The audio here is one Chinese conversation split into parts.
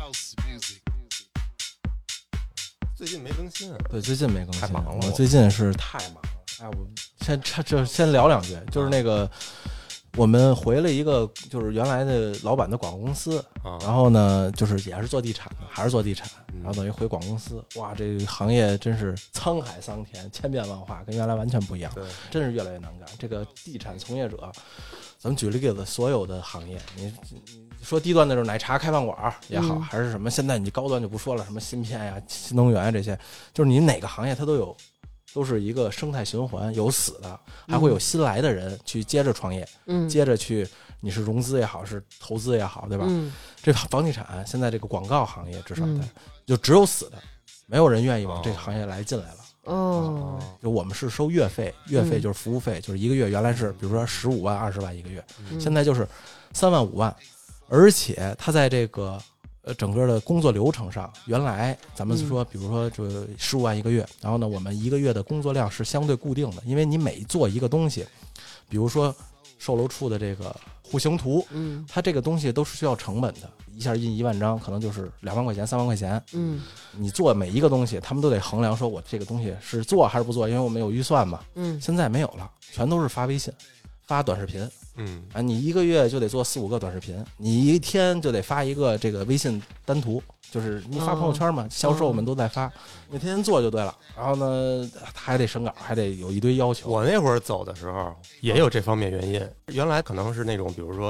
最近没更新啊？ 对，最近没更新， 太忙了。 我最近是太忙了。哎，我先聊两句，就是那个我们回了一个就是原来的老板的广告公司，然后呢就是也是做地产的，还是做地产，然后等于回广告公司。哇，这个行业真是沧海桑田，千变万化，跟原来完全不一样，真是越来越难干。这个地产从业者，咱们举例子，所有的行业，你说低端的就是奶茶开饭馆也好，还是什么，现在你高端就不说了，什么芯片呀、新能源这些，就是你哪个行业它都是一个生态循环，有死的，还会有新来的人去接着创业，接着去，你是融资也好，是投资也好，对吧？这房地产现在这个广告行业至少就只有死的，没有人愿意往这个行业来进来了。就我们是收月费，月费就是服务费，就是一个月原来是比如说15万、20万一个月，现在就是3万、5万，而且他在这个整个的工作流程上，原来咱们说，比如说就15万一个月，然后呢，我们一个月的工作量是相对固定的，因为你每做一个东西，比如说售楼处的这个户型图，它这个东西都是需要成本的，一下印1万张，可能就是2万块钱、3万块钱。你做每一个东西，他们都得衡量说，我这个东西是做还是不做，因为我们有预算嘛。现在没有了，全都是发微信、发短视频。你一个月就得做4、5个短视频，你一天就得发一个这个微信单图，就是你发朋友圈嘛，销售们都在发，你天天做就对了。然后呢，还得审稿，还得有一堆要求。 我那会儿走的时候也有这方面原因，原来可能是那种比如说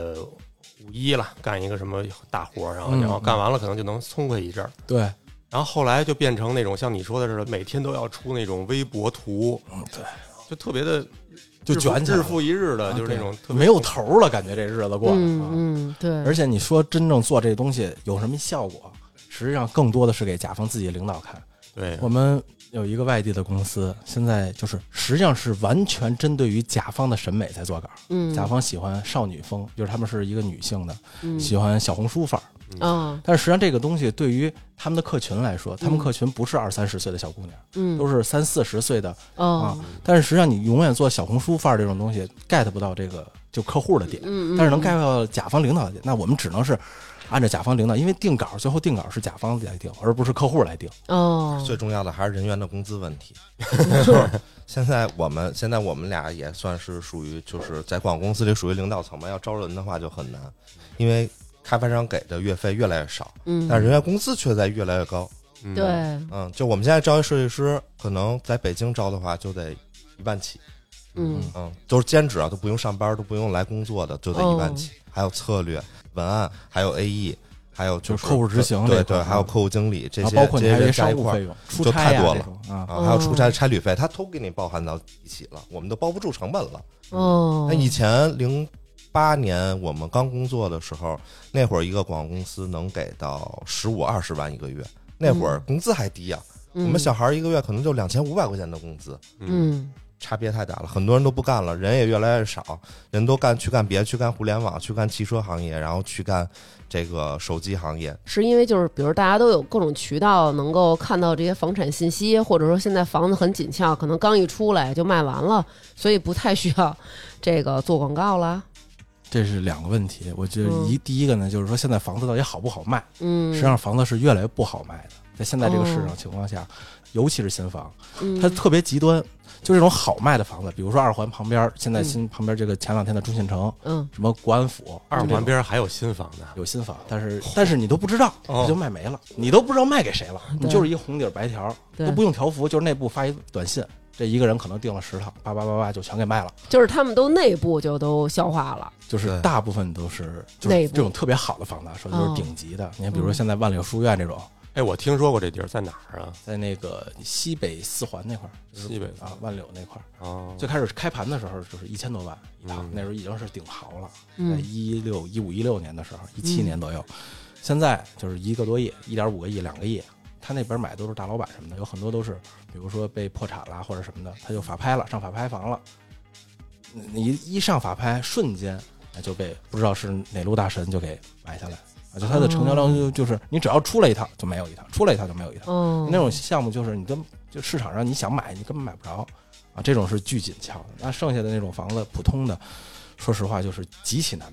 5·1了，干一个什么大活，然后干完了可能就能松快一阵儿。 对。 然后后来就变成那种像你说的似的，每天都要出那种微博图， 对， 就特别的。 就卷起来， 日复一日的，就是那种特别没有头了，感觉这日子过。 对。 而且你说真正做这东西有什么效果？实际上更多的是给甲方自己领导看。 对， 我们有一个外地的公司，现在就是实际上是完全针对于甲方的审美在做稿。甲方喜欢少女风，就是他们是一个女性的，喜欢小红书范儿。但是实际上这个东西对于他们的客群来说，他们客群不是20-30岁的小姑娘，都是30-40岁的但是实际上你永远做小红书范儿这种东西 get 不到这个就客户的点，但是能 get 到甲方领导的点，那我们只能是按照甲方领导，因为定稿最后定稿是甲方来定，而不是客户来定。 最重要的还是人员的工资问题。现在我们俩也算是属于就是在广告公司里属于领导层嘛，要招人的话就很难，因为开发商给的月费越来越少，但人员工资却在越来越高。 对， 就我们现在招一设计师，可能在北京招的话就得1万起。都是兼职啊，都不用上班，都不用来工作的，就得1万起。还有策略、文案，还有 AE， 还有就是客户执行， 对，还有客户经理这些， 包括你这些商务费用， 就太多了啊。 还有出差差旅费，他都给你包含到一起了，我们都包不住成本了。那以前08年我们刚工作的时候，那会儿一个广告公司能给到15-20万一个月，那会儿工资还低啊。我们小孩一个月可能就2500块钱的工资，差别太大了，很多人都不干了，人也越来越少，人都去干别的，去干互联网，去干汽车行业，然后去干这个手机行业。 是因为就是比如大家都有各种渠道能够看到这些房产信息，或者说现在房子很紧俏，可能刚一出来就卖完了，所以不太需要这个做广告了。 这是2个问题，我觉得第一个呢，就是说现在房子到底好不好卖？实际上房子是越来越不好卖的，在现在这个市场情况下，尤其是新房，它特别极端。就这种好卖的房子，比如说2环旁边，现在旁边这个前2天的中信城，什么国安府 ，2环边还有新房呢， 有新房，但是你都不知道，它就卖没了，你都不知道卖给谁了，你就是一个红底白条，都不用条幅，就是内部发一短信，这一个人可能订了10套，8888就全给卖了， 就是他们都内部就都消化了， 就是大部分都是就是这种特别好的房子，说就是顶级的，你看比如说现在万柳书院这种。 我听说过这地儿在哪儿啊？ 在那个西北4环那块儿， 西北万柳那块儿。最开始开盘的时候就是1000多万一套，那时候已经是顶豪了。在15、16年的时候，17年左右，现在就是1个多亿，1.5个亿、2个亿。他那边买都是大老板什么的，有很多都是，比如说被破产了或者什么的，他就法拍了，上法拍房了。你一上法拍，瞬间就被不知道是哪路大神就给买下来。就它的成交量就是你只要出来一套就没有一套，出来一套就没有一套。那种项目就是你就市场上你想买你根本买不着啊，这种是巨紧俏的。那剩下的那种房子普通的，说实话就是极其难买。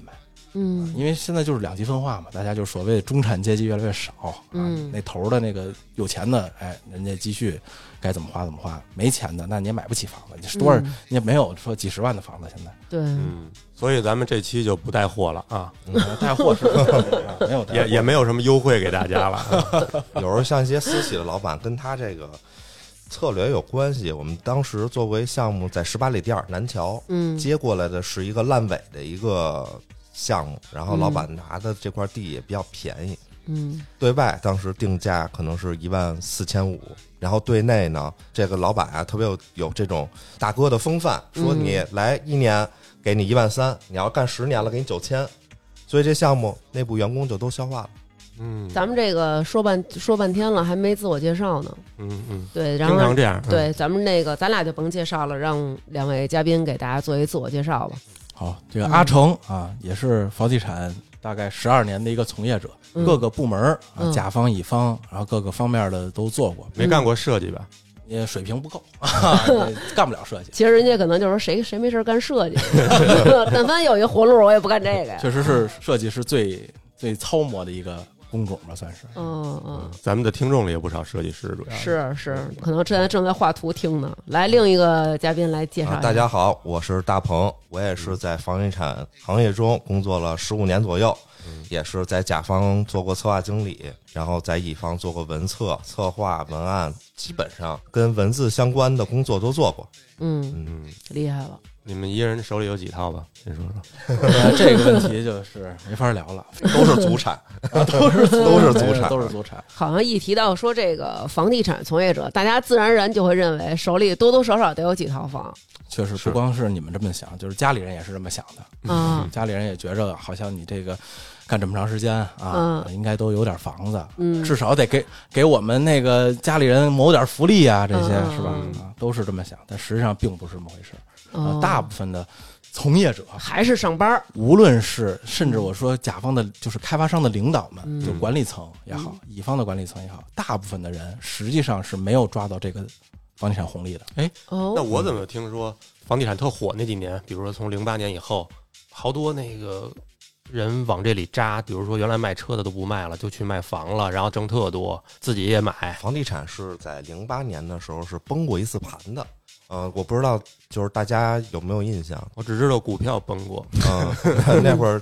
因为现在就是两极分化嘛，大家就所谓中产阶级越来越少那头的那个有钱的，人家积蓄该怎么花怎么花，没钱的那你也买不起房子，你多少你也没有说几十万的房子现在。 对， 所以咱们这期就不带货了啊， 带货是没有也没有什么优惠给大家了。 有时候像一些私企的老板跟他这个策略有关系。我们当时做过一项目，在18里店南桥，接过来的是一个烂尾的一个项目，然后老板拿的这块地也比较便宜，对外当时定价可能是14500，然后对内呢，这个老板啊特别有这种大哥的风范，说你来1年给你13000，你要干10年了给你9000，所以这项目内部员工就都消化了。 咱们这个说半天了，还没自我介绍呢。对，然后经常这样。 对，咱们那个咱俩就甭介绍了，让两位嘉宾给大家做一自我介绍吧。 好，这个阿成也是房地产大概12年的一个从业者，各个部门甲方乙方，然后各个方面的都做过， 没干过设计吧？ 也水平不够，干不了设计。 其实人家可能就是说谁没事干设计，但凡有一活路，我也不干这个呀。 确实是设计是最操磨的一个工种吧，算是。 咱们的听众里有不少设计师，主要是，可能正在画图听呢。来，另一个嘉宾来介绍一下。 大家好，我是大鹏，我也是在房地产行业中工作了15年左右，也是在甲方做过策划经理，然后在乙方做过文策、策划、文案，基本上跟文字相关的工作都做过。 厉害了。 你们一人手里有几套吧？先说说。 这个问题就是没法聊了， 都是祖产，都是祖产。 好像一提到说这个房地产从业者，大家自然而然就会认为手里多多少少得有几套房。 确实，不光是你们这么想，就是家里人也是这么想的。家里人也觉着好像你这个干这么长时间应该都有点房子，至少得给我们那个家里人谋点福利啊，这些是吧？都是这么想，但实际上并不是这么回事。大部分的从业者还是上班， 无论是甚至我说甲方的，就是开发商的领导们，就管理层也好，乙方的管理层也好，大部分的人实际上是没有抓到这个房地产红利的。 那我怎么听说房地产特火那几年，比如说从08年以后，好多那个人往这里扎，比如说原来卖车的都不卖了，就去卖房了，然后挣特多，自己也买。 房地产是在08年的时候是崩过一次盘的。我不知道，就是大家有没有印象？ 我只知道股票崩过。 那会儿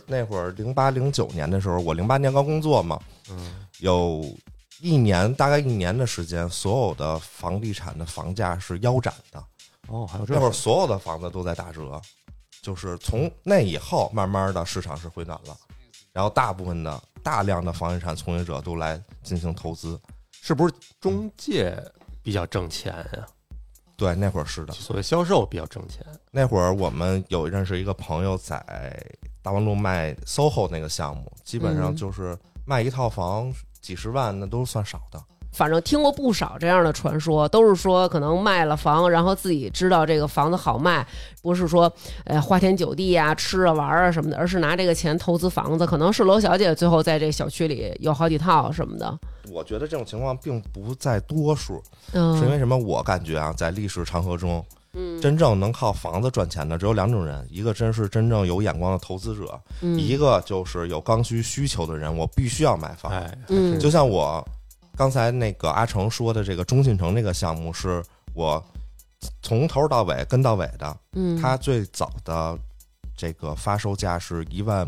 08、09年的时候，我08年刚工作嘛，有大概一年的时间，所有的房地产的房价是腰斩的。 还有这那会儿所有的房子都在打折，就是从那以后，慢慢的市场是回暖了，然后大量的房地产从业者都来进行投资， 是不是中介比较挣钱呀？ 对，那会儿是的， 所谓销售比较挣钱。 那会儿我们有认识一个朋友在大望路卖 SOHO 那个项目，基本上就是卖一套房几十万，那都算少的。 反正听过不少这样的传说，都是说可能卖了房，然后自己知道这个房子好卖，不是说花天酒地啊、吃啊、玩啊什么的，而是拿这个钱投资房子，可能是楼小姐最后在这小区里有好几套什么的。 我觉得这种情况并不在多数，是因为什么？我感觉在历史长河中，真正能靠房子赚钱的只有2种人，一个是真正有眼光的投资者，一个就是有刚需求的人，我必须要买房。就像我刚才那个阿成说的这个中信城这个项目，是我从头到尾跟到尾的。它最早的这个发售价是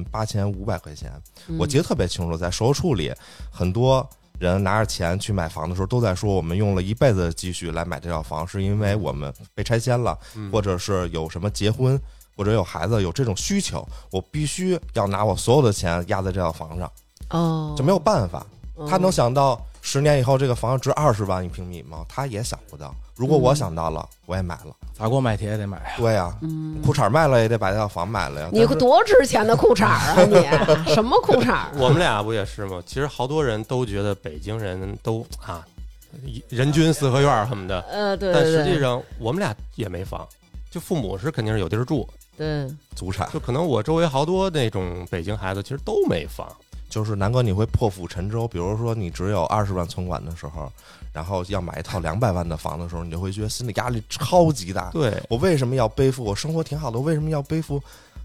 18500块钱，我记得特别清楚。在售后处理，很多人拿着钱去买房的时候，都在说我们用了一辈子的积蓄来买这套房，是因为我们被拆迁了，或者是有什么结婚，或者有孩子，有这种需求，我必须要拿我所有的钱压在这套房上。就没有办法。他能想到10年以后这个房子值20万一平米吗？他也想不到。如果我想到了，我也买了。 砸锅卖铁也得买呀。 对呀，裤衩卖了也得把这套房买了呀。 你多值钱的裤衩啊你？什么裤衩？ 我们俩不也是吗？其实好多人都觉得北京人都人均4合院什么的。 对。 但实际上我们俩也没房，就父母是肯定是有地儿住。 对， 祖产。 就可能我周围好多那种北京孩子其实都没房。 就是南哥，你会破釜沉舟。比如说你只有20万存款的时候，然后要买一套200万的房的时候，你就会觉得心理压力超级大。 对， 我为什么要背负？我生活挺好的，我为什么要背负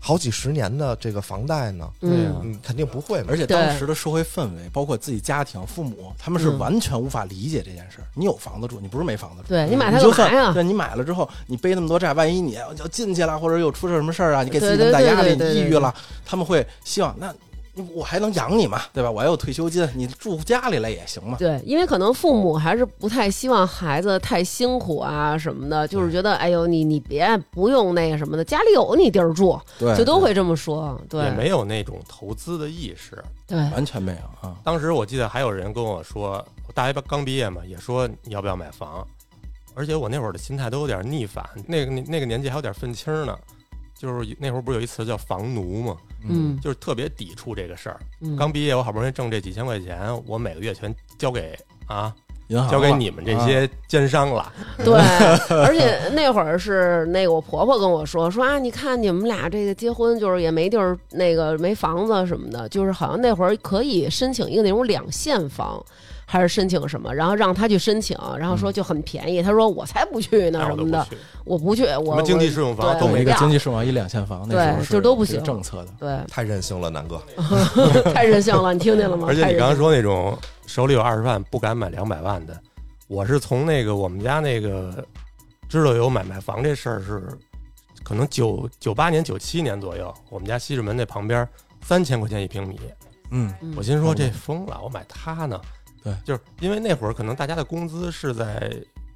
好几十年的这个房贷呢？ 嗯， 肯定不会嘛。 而且当时的社会氛围，包括自己家庭、父母，他们是完全无法理解这件事。你有房子住，你不是没房子住。 对，你买它干嘛呀？ 对，你买了之后，你背那么多债，万一你要进去了，或者又出什么事儿啊，你给自己那么大压力，你抑郁了，他们会希望那。我还能养你嘛，对吧？我还有退休金，你住家里来也行嘛。 对，因为可能父母还是不太希望孩子太辛苦啊什么的，就是觉得哎呦你别不用那个什么的，家里有你地儿住， 对， 就都会这么说。对， 也没有那种投资的意识， 对， 完全没有啊。 当时我记得还有人跟我说，我大学刚毕业嘛，也说你要不要买房，而且我那会儿的心态都有点逆反，那个年纪还有点愤青呢。就是那会儿不是有一词叫房奴嘛，就是特别抵触这个事儿。刚毕业，我好不容易挣这几千块钱，我每个月全交给银行， 交给你们这些奸商了。 对，而且那会儿是那个我婆婆跟我说啊，你看你们俩这个结婚就是也没地儿，那个没房子什么的，就是好像那会儿可以申请一个那种2现房。还是申请什么，然后让他去申请，然后说就很便宜。他说我才不去呢，什么的，我不去，我经济适用房都没一个经济适用房，一2现房， 对，就都不行， 政策的， 对， 太任性了，南哥， 太任性了，你听见了吗？ 而且你刚刚说那种手里有20万不敢买200万的，我是从那个我们家那个知道有买卖房这事儿是，可能98年、97年左右，我们家西直门那旁边3000块钱1平米，我心说这疯了，我买它呢。 对， 就是因为那会儿可能大家的工资是在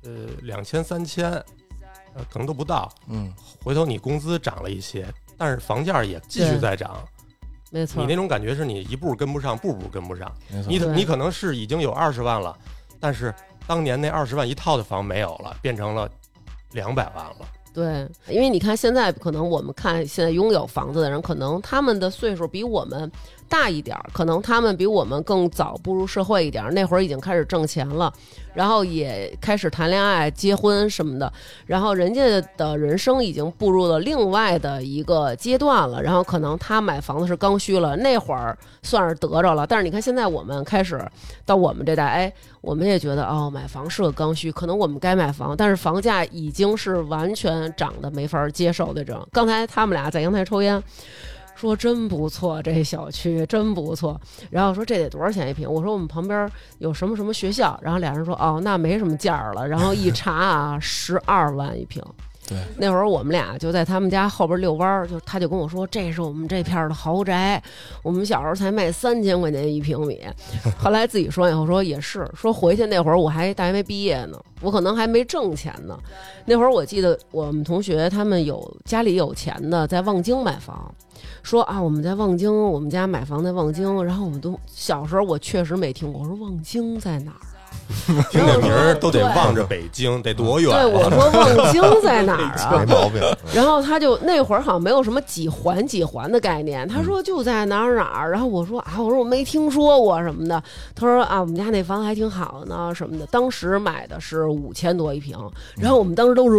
2000、3000，可能都不到。回头你工资涨了一些，但是房价也继续在涨。 没错， 你那种感觉是你一步跟不上，步跟不上。你可能是已经有20万了，但是当年那20万一套的房没有了，变成了200万了。 对，因为你看现在可能我们看现在拥有房子的人，可能他们的岁数比我们大一点，可能他们比我们更早步入社会一点，那会儿已经开始挣钱了，然后也开始谈恋爱、结婚什么的，然后人家的人生已经步入了另外的一个阶段了，然后可能他买房子是刚需了，那会儿算是得着了，但是你看现在我们开始到我们这代，哎，我们也觉得买房是个刚需，可能我们该买房，但是房价已经是完全涨得没法接受的这种。刚才他们俩在阳台抽烟，说真不错，这小区真不错，然后说这得多少钱1平？我说我们旁边有什么什么学校，然后俩人说那没什么价了，然后一查12万1平。 对， 那会儿我们俩就在他们家后边遛弯，他就跟我说这是我们这片的豪宅，我们小时候才卖3000块钱1平米。后来自己说以后说也是，说回去那会儿我还大学没毕业呢，我可能还没挣钱呢。那会儿我记得我们同学他们家里有钱的在望京买房，说我们在望京，我们家买房在望京，然后我们都小时候我确实没听过，我说望京在哪儿？ 听这名儿都得望着北京，得多远？ 对，我说望京在哪儿啊？ 没毛病。 然后他就那会儿好像没有什么几环的概念，他说就在哪儿。然后我说我没听说过什么的。他说我们家那房还挺好的呢什么的。当时买的是5000多1平，然后我们当时都是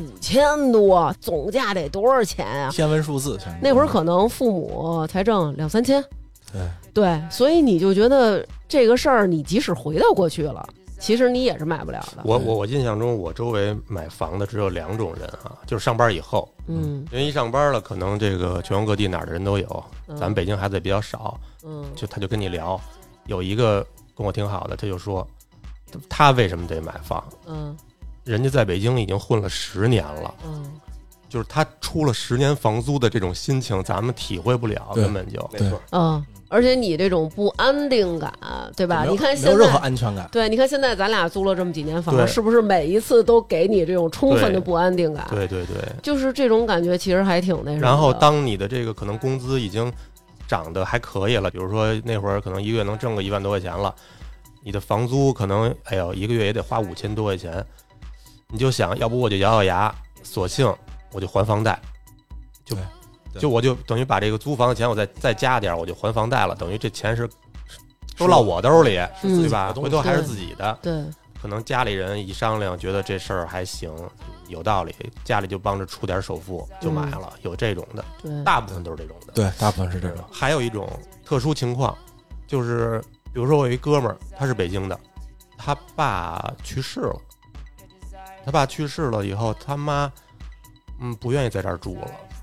5000多，总价得多少钱啊？ 天文数字。 那会儿可能父母才挣2、3千。对，所以你就觉得这个事儿，你即使回到过去了，其实你也是买不了的。 我印象中，我周围买房的只有2种人就是上班以后，因为一上班了，可能这个全国各地哪儿的人都有，咱们北京孩子也比较少，他就跟你聊，有一个跟我挺好的，他就说他为什么得买房，人家在北京已经混了10年了，就是他出了10年房租的这种心情，咱们体会不了，根本就没错。 而且你这种不安定感，对吧？你看现在没有任何安全感。 对，你看现在咱俩租了这么几年房，是不是每一次都给你这种充分的不安定感？ 对， 就是这种感觉，其实还挺那什么的。 然后当你的这个可能工资已经涨得还可以了，比如说那会儿可能一个月能挣个1万多块钱了，你的房租可能一个月也得花5000多块钱，你就想要不我就咬咬牙，索性我就还房贷，就我就等于把这个租房的钱我再加点，我就还房贷了，等于这钱是都落我兜里，对吧？回头还是自己的。 对， 可能家里人一商量，觉得这事儿还行，有道理，家里就帮着出点首付就买了，有这种的，大部分都是这种的。 对，大部分是这种。 还有一种特殊情况，就是比如说我有一哥们儿，他是北京的，他爸去世了，以后，他妈不愿意在这儿住了。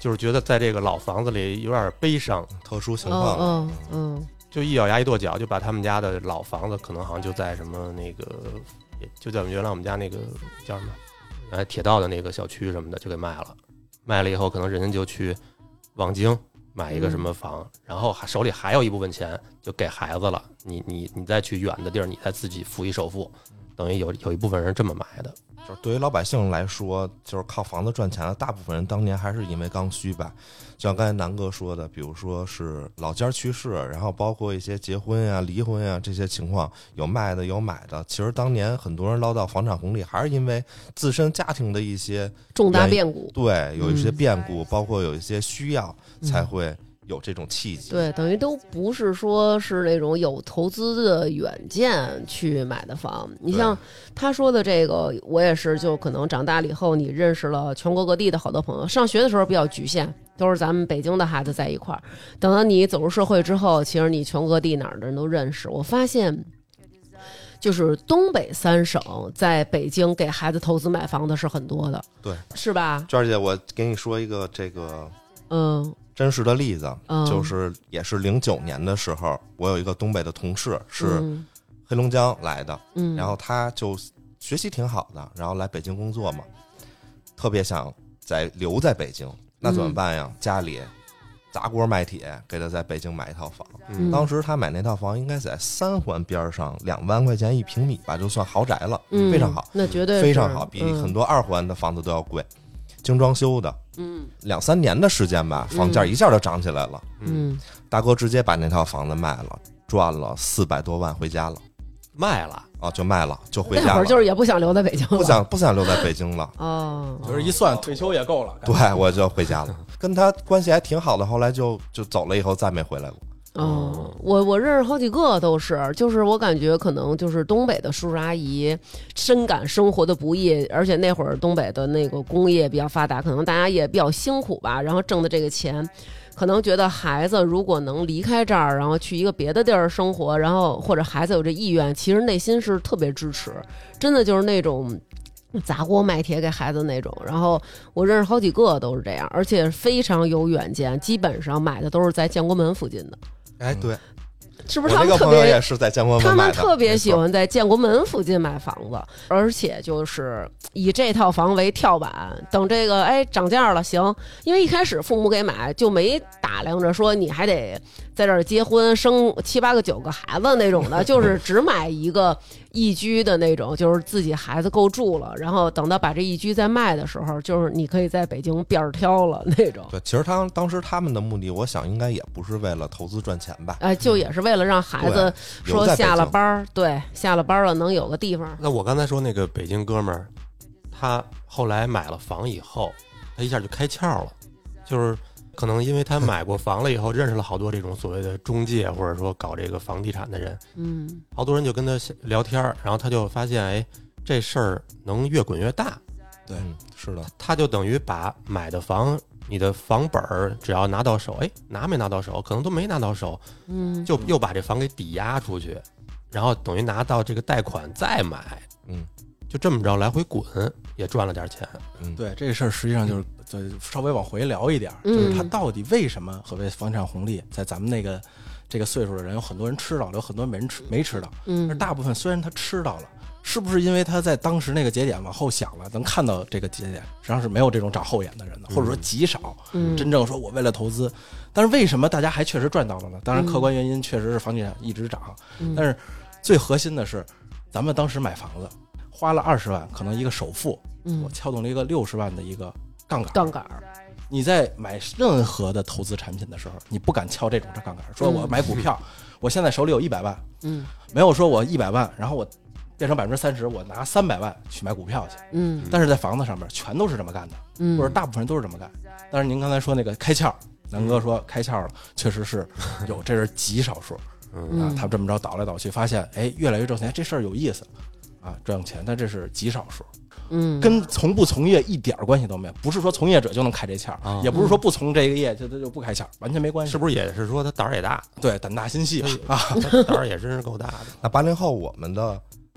就是觉得在这个老房子里有点悲伤， 特殊情况， 就一咬牙一跺脚，就把他们家的老房子，可能好像就在什么那个，就在原来我们家那个叫什么，铁道的那个小区什么的，就给卖了。卖了以后，可能人家就去望京买一个什么房，然后手里还有一部分钱就给孩子了。你再去远的地儿，你再自己付一首付，等于有一部分人这么买的。 就是对于老百姓来说，就是靠房子赚钱的大部分人当年还是因为刚需吧。就像刚才南哥说的，比如说是老家去世，然后包括一些结婚呀、离婚呀这些情况，有卖的有买的。其实当年很多人捞到房产红利，还是因为自身家庭的一些重大变故， 对，有一些变故，包括有一些需要才会有这种契机。 对，等于都不是说是那种有投资的远见去买的房。你像他说的这个，我也是，就可能长大了以后，你认识了全国各地的好多朋友。上学的时候比较局限，都是咱们北京的孩子在一块儿。等到你走入社会之后，其实你全国各地哪儿的人都认识。我发现，就是东北3省在北京给孩子投资买房的是很多的， 对， 是吧？ 娟儿姐，我给你说一个这个，真实的例子，就是也是09年的时候，我有一个东北的同事是黑龙江来的，然后他就学习挺好的，然后来北京工作嘛，特别想留在北京，那怎么办呀？家里砸锅卖铁给他在北京买一套房，当时他买那套房应该在3环边上，2万块钱1平米吧，就算豪宅了，非常好， 那绝对非常好，比很多2环的房子都要贵。精装修的，2-3年的时间吧，房价一下就涨起来了。大哥直接把那套房子卖了，赚了400多万回家了。 卖了啊，就卖了，就回家了。 那会儿就是也不想留在北京了， 不想留在北京了。 哦，就是一算退休也够了。 对，我就回家了。跟他关系还挺好的，后来就走了以后再没回来过。 我认识好几个都是，就是我感觉可能就是东北的叔叔阿姨深感生活的不易，而且那会儿东北的那个工业比较发达，可能大家也比较辛苦吧，然后挣的这个钱，可能觉得孩子如果能离开这儿，然后去一个别的地儿生活，然后或者孩子有这意愿，其实内心是特别支持，真的就是那种砸锅卖铁给孩子那种。然后我认识好几个都是这样，而且非常有远见，基本上买的都是在建国门附近的。 哎，对， 是不是他们特别也是在建国门买的？ 他们特别喜欢在建国门附近买房子，而且就是以这套房为跳板，等这个涨价了行，因为一开始父母给买就没打量着说你还得在这儿结婚生7、8个、9个孩子那种的，就是只买一个一居的那种，就是自己孩子够住了，然后等到把这一居再卖的时候，就是你可以在北京边儿挑了那种。 对，其实当时他们的目的，我想应该也不是为了投资赚钱吧， 就也是为了让孩子说下了班下了班了能有个地方。 那我刚才说那个北京哥们儿，他后来买了房以后，他一下就开窍了，就是可能因为他买过房了以后，认识了好多这种所谓的中介或者说搞这个房地产的人，好多人就跟他聊天，然后他就发现，这事儿能越滚越大。 对，是的， 他就等于把买的房，你的房本儿只要拿到手，拿没拿到手，可能都没拿到手，就又把这房给抵押出去，然后等于拿到这个贷款再买，就这么着来回滚，也赚了点钱。 对，这个事儿实际上就是稍微往回聊一点，就是他到底为什么所谓房产红利，在咱们这个岁数的人，有很多人吃到了，有很多人没吃到。而大部分虽然他吃到了，是不是因为他在当时那个节点往后想了，能看到这个节点，实际上是没有这种长后眼的人的，或者说极少。真正说我为了投资，但是为什么大家还确实赚到了呢？当然，客观原因确实是房地产一直涨，但是最核心的是，咱们当时买房子花了20万，可能一个首付，我撬动了一个60万的一个杠杆。你在买任何的投资产品的时候，你不敢撬这种杠杆。说我买股票，我现在手里有100万，没有说我100万，然后我变成30%，我拿300万去买股票去，但是在房子上面全都是这么干的，或者大部分人都是这么干。但是您刚才说那个开窍，南哥说开窍了，确实是有，这是极少数他这么着倒来倒去，发现越来越挣钱，这事儿有意思啊，赚钱，但这是极少数。跟从不从业一点关系都没有，不是说从业者就能开这窍，也不是说不从这个业就不开窍，完全没关系。 是不是也是说他胆儿也大？ 对，胆大心细啊， 胆儿也真是够大的。 那80后我们的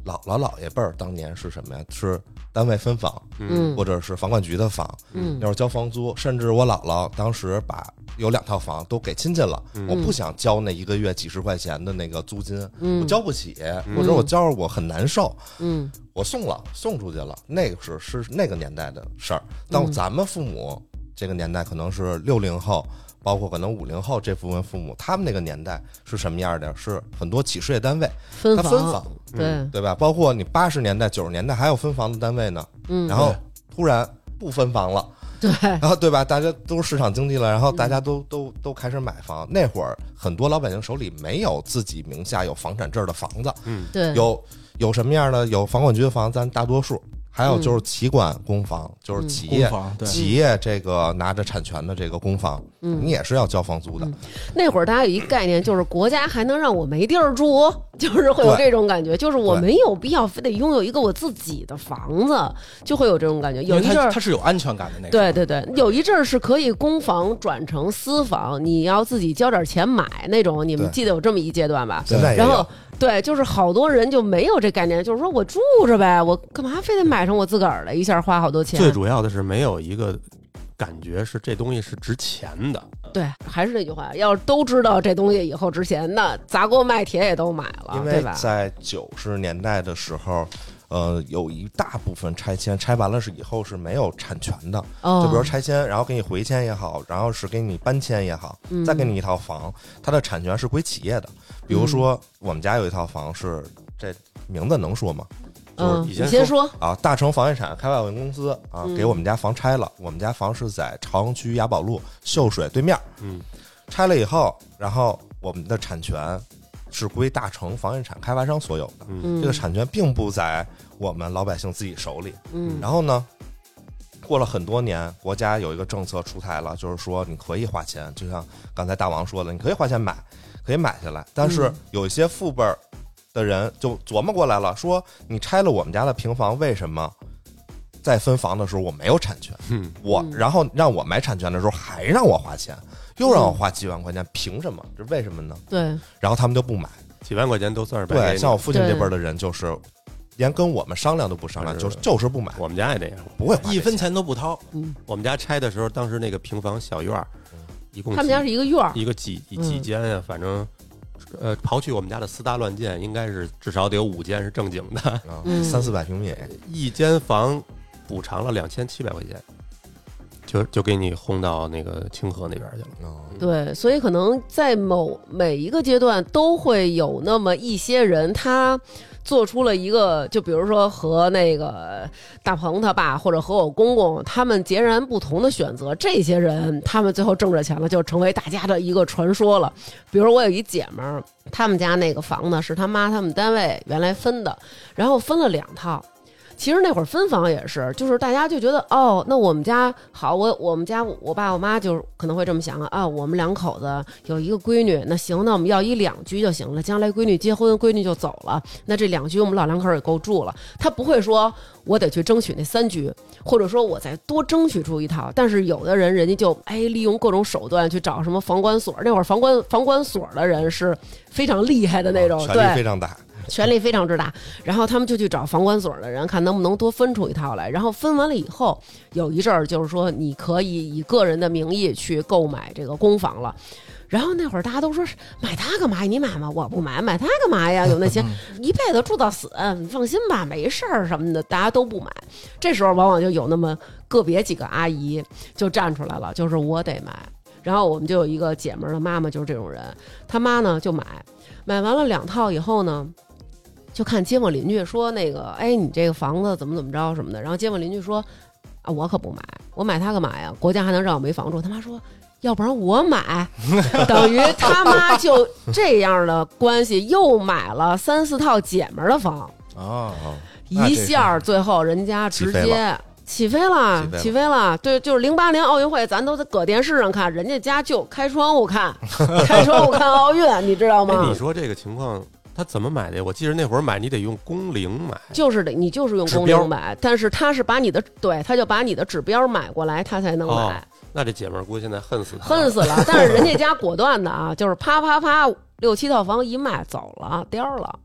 姥姥爷辈儿当年是什么呀？是单位分房，或者是房管局的房，要是交房租，甚至我姥姥当时把有2套房都给亲戚了，我不想交那1个月几10块钱的那个租金，我交不起，或者我交着我很难受，我送出去了，那个是那个年代的事儿。但咱们父母这个年代可能是60后。包括可能50后这部分父母，他们那个年代是什么样的？是很多企事业单位分房， 对吧？包括你80年代、90年代还有分房的单位呢，然后突然不分房了， 对， 然后对吧？大家都是市场经济了，然后大家都开始买房。那会儿很多老百姓手里没有自己名下有房产证的房子， 对， 有什么样的？有房管局的房，咱大多数。还有就是企管公房，就是企业这个拿着产权的这个公房，你也是要交房租的。 那会儿大家有一概念，就是国家还能让我没地儿住，就是会有这种感觉，就是我没有必要非得拥有一个我自己的房子，就会有这种感觉。有一阵儿它是有安全感的那个。对，有一阵儿是可以公房转成私房，你要自己交点钱买那种。你们记得有这么一阶段吧？ 现在也有。 然后对，就是好多人就没有这概念，就是说我住着呗，我干嘛非得买成我自个儿的，一下花好多钱。 最主要的是没有一个感觉是这东西是值钱的。 对，还是那句话，要是都知道这东西以后值钱的，砸锅卖铁也都买了， 因为在90年代的时候。有一大部分拆迁拆完了以后是没有产权的，就比如拆迁，然后给你回迁也好，然后是给你搬迁也好，再给你一套房，它的产权是归企业的。比如说我们家有一套房是，这名字能说吗？就是你先说啊，大成房地产开发有限公司啊，给我们家房拆了。我们家房是在朝阳区雅宝路秀水对面，拆了以后，然后我们的产权是归大成房地产开发商所有的，这个产权并不在我们老百姓自己手里。然后呢，过了很多年，国家有一个政策出台了，就是说你可以花钱，就像刚才大王说的，你可以花钱买，可以买下来。但是有一些父辈的人就琢磨过来了，说你拆了我们家的平房，为什么在分房的时候我没有产权？然后让我买产权的时候还让我花钱。又让我花几万块钱，凭什么？这为什么呢？ 对， 然后他们就不买， 几万块钱都算是白给。 对，像我父亲这辈的人，就是连跟我们商量都不商量，就是不买。 我们家也这样， 不会 1分钱都不掏。 我们家拆的时候，当时那个平房小院儿，一共他们家是一个院儿， 一个几间呀？反正刨去我们家的私搭乱建，应该是至少得有5间是正经的 ，300-400平米， 一间房补偿了2700块钱。就给你轰到那个清河那边去了。 对，所以可能在每一个阶段都会有那么一些人，他做出了一个，就比如说和那个大鹏他爸或者和我公公他们截然不同的选择，这些人他们最后挣着钱了，就成为大家的一个传说了。比如我有一姐们儿，他们家那个房呢是他妈他们单位原来分的，然后分了2套。其实那会儿分房也是，就是大家就觉得哦，那我们家好，我们家我爸我妈就可能会这么想啊，我们2口子有一个闺女，那行，那我们要一2居就行了，将来闺女结婚，闺女就走了，那这2居我们老2口也够住了。他不会说我得去争取那3居，或者说我再多争取出一套。但是有的人人家就利用各种手段去找什么房管所，那会儿房管所的人是非常厉害的那种， 权力非常大。 权力非常之大，然后他们就去找房管所的人，看能不能多分出一套来。然后分完了以后，有一阵儿就是说，你可以以个人的名义去购买这个公房了。然后那会儿大家都说买它干嘛？你买吗？我不买，买它干嘛呀？有那些一辈子住到死，你放心吧，没事儿什么的，大家都不买。这时候往往就有那么个别几个阿姨就站出来了，就是我得买。然后我们就有一个姐们儿的妈妈就是这种人，她妈呢就买完了2套以后呢。就看街坊邻居说那个，你这个房子怎么着什么的，然后街坊邻居说，啊，我可不买，我买它干嘛呀？国家还能让我没房住。他妈说，要不然我买，等于他妈就这样的关系又买了3、4套姐们的房一下最后人家直接起飞了。对，就是08年奥运会，咱都在搁电视上看，人家家就开窗户看奥运，你知道吗？ 你说这个情况。他怎么买的呀？我记得那会儿买你得用工龄买， 你就是用工龄买，但是他是把你的他就把你的指标买过来，他才能买。 那这姐们儿估计现在恨死了，但是人家家果断的啊，就是啪6、7套房一卖走了，颠了。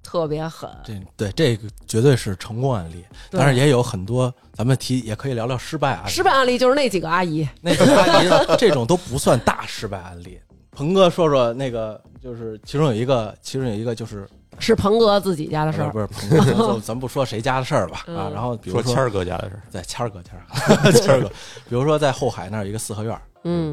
特别狠。 这个绝对是成功案例，当然也有很多，咱们也可以聊聊失败案例。 失败案例就是那几个阿姨， 那几个阿姨这种都不算大失败案例。鹏哥说说那个，就是其中有一个就是鹏哥自己家的事儿， 不是鹏哥，咱不说谁家的事儿吧啊。然后比如说谦儿哥家的事儿， 在谦儿哥，比如说在后海那儿有一个四合院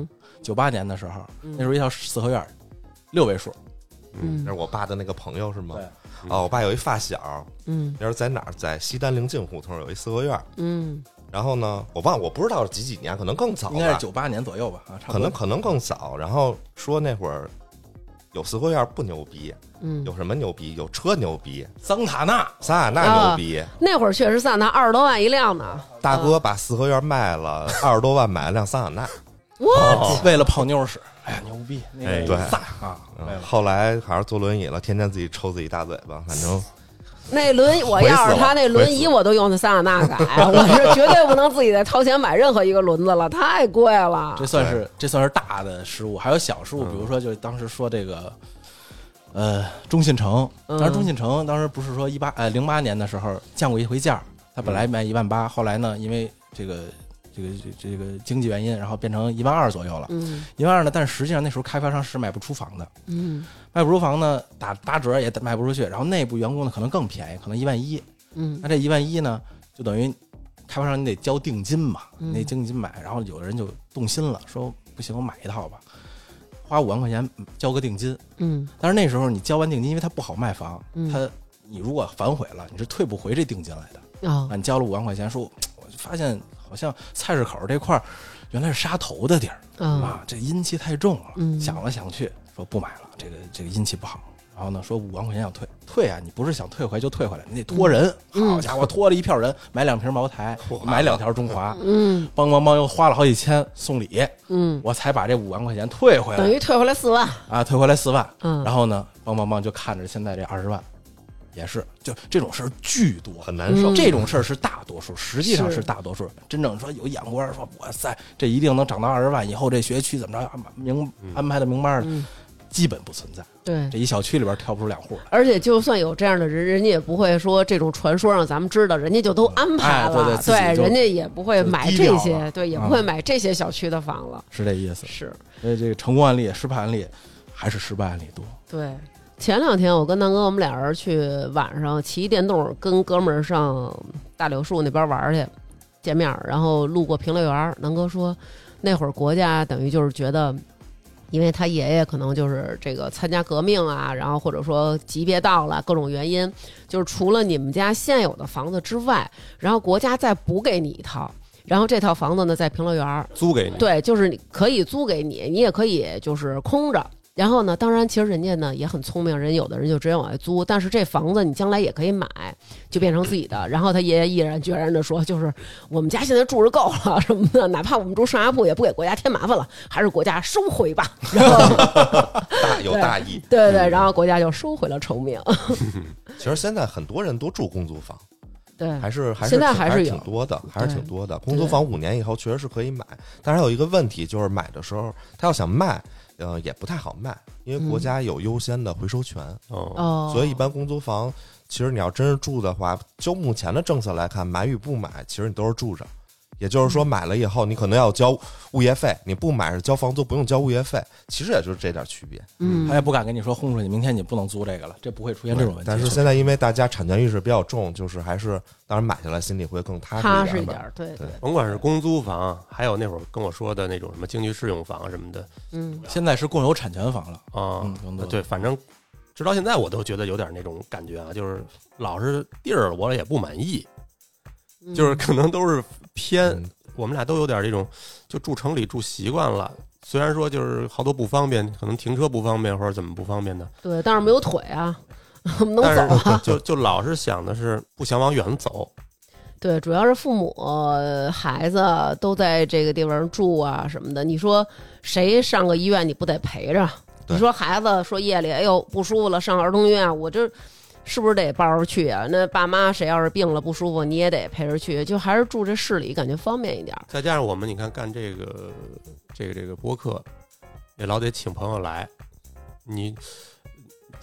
，98年的时候，那时候一套四合院6位数。 那是我爸的那个朋友是吗？ 对。 我爸有一发小，那时候在哪儿，在西单临近胡同有一四合院，然后呢，我不知道是几年，可能更早吧， 应该是98年左右吧，啊，差不多可能更早。然后说那会儿有四合院不牛逼，有什么牛逼？有车牛逼， 桑塔纳牛逼。 那会儿确实桑塔纳20多万一辆呢。 大哥把四合院卖了20多万，买了辆桑塔纳， 为了泡妞使。哎呀，牛逼！ 对啊， 后来还是坐轮椅了，天天自己抽自己大嘴巴，反正。 那轮我要是他那轮椅，我都用那桑塔纳改，我是绝对不能自己再掏钱买任何一个轮子了，太贵了。 这算是大的失误，还有小失误，比如说就是当时说这个，中信城，当时中信城当时不是说08年的时候降过一回价，它本来卖18000，后来呢因为这个经济原因，然后变成12000左右了。12000呢，但是实际上那时候开发商是卖不出房的。卖不出房呢，打8折也卖不出去。然后内部员工呢可能更便宜，可能11000。那这11000呢，就等于开发商你得交定金嘛，那定金买。然后有的人就动心了，说不行，我买一套吧，花5万块钱交个定金。但是那时候你交完定金，因为它不好卖房，你如果反悔了，你是退不回这定金来的。你交了5万块钱，说我就发现。好像菜市口这块原来是杀头的地儿啊，这阴气太重了。想了想去，说不买了，这个阴气不好。然后呢，说5万块钱要退啊，你不是想退回就退回来，你得托人。好家伙，托了一票人，买2瓶茅台，买2条中华，帮又花了好几千送礼，我才把这5万块钱退回来， 等于退回来4万啊，退回来4万。然后呢，帮就看着现在这20万。也是，就这种事儿巨多， 很难受。 这种事儿是大多数，实际上是大多数。真正说有眼光，说哇塞，这一定能涨到20万，以后这学区怎么着安排的明白的，基本不存在。 对， 这一小区里边挑不出2户来。 而且就算有这样的人，人家也不会说这种传说让咱们知道，人家就都安排了。对，人家也不会买这些，对，也不会买这些小区的房了。 是这意思。 是， 所以这个成功案例、失败案例还是失败案例多。 对。前2天我跟南哥我们俩人去晚上骑电动跟哥们儿上大柳树那边玩去见面，然后路过平乐园，南哥说那会儿国家等于就是觉得因为他爷爷可能就是这个参加革命啊，然后或者说级别到了各种原因，就是除了你们家现有的房子之外，然后国家再补给你一套，然后这套房子呢在平乐园租给你， 对，就是你可以租给你，你也可以就是空着。然后呢，当然其实人家呢也很聪明，有的人就直接往外租，但是这房子你将来也可以买，就变成自己的。然后他爷爷毅然决然的说，就是我们家现在住着够了什么的，哪怕我们住上下铺也不给国家添麻烦了，还是国家收回吧。然后有大义， 对，然后国家就收回了成命。 其实现在很多人都住公租房。 对， 现在还是挺多的，还是挺多的。公租房5年以后确实是可以买，但是有一个问题，就是买的时候他要想卖，也不太好卖，因为国家有优先的回收权。所以一般公租房，其实你要真是住的话，就目前的政策来看，买与不买，其实你都是住着。也就是说，买了以后你可能要交物业费，你不买是交房租，不用交物业费，其实也就是这点区别。 他也不敢跟你说轰出去，明天你不能租这个了，这不会出现这种问题。 但是现在因为大家产权意识比较重，就是还是当然买下来心里会更踏实一点。 对， 甭管是公租房，还有那会儿跟我说的那种什么经济适用房什么的， 现在是共有产权房了啊。对，反正直到现在我都觉得有点那种感觉啊，就是老是地儿我也不满意。就是可能都是偏，我们俩都有点这种，就住城里住习惯了。虽然说就是好多不方便，可能停车不方便或者怎么不方便的。 对，但是没有腿啊，我们能走啊。 就老是想的是不想往远走。 对，主要是父母孩子都在这个地方住啊什么的。你说谁上个医院你不得陪着？你说孩子说夜里哎呦不舒服了上儿童医院，我这。是不是得抱着去啊？那爸妈谁要是病了不舒服，你也得陪着去，就还是住这市里，感觉方便一点。 再加上我们你看干这个播客，也老得请朋友来，你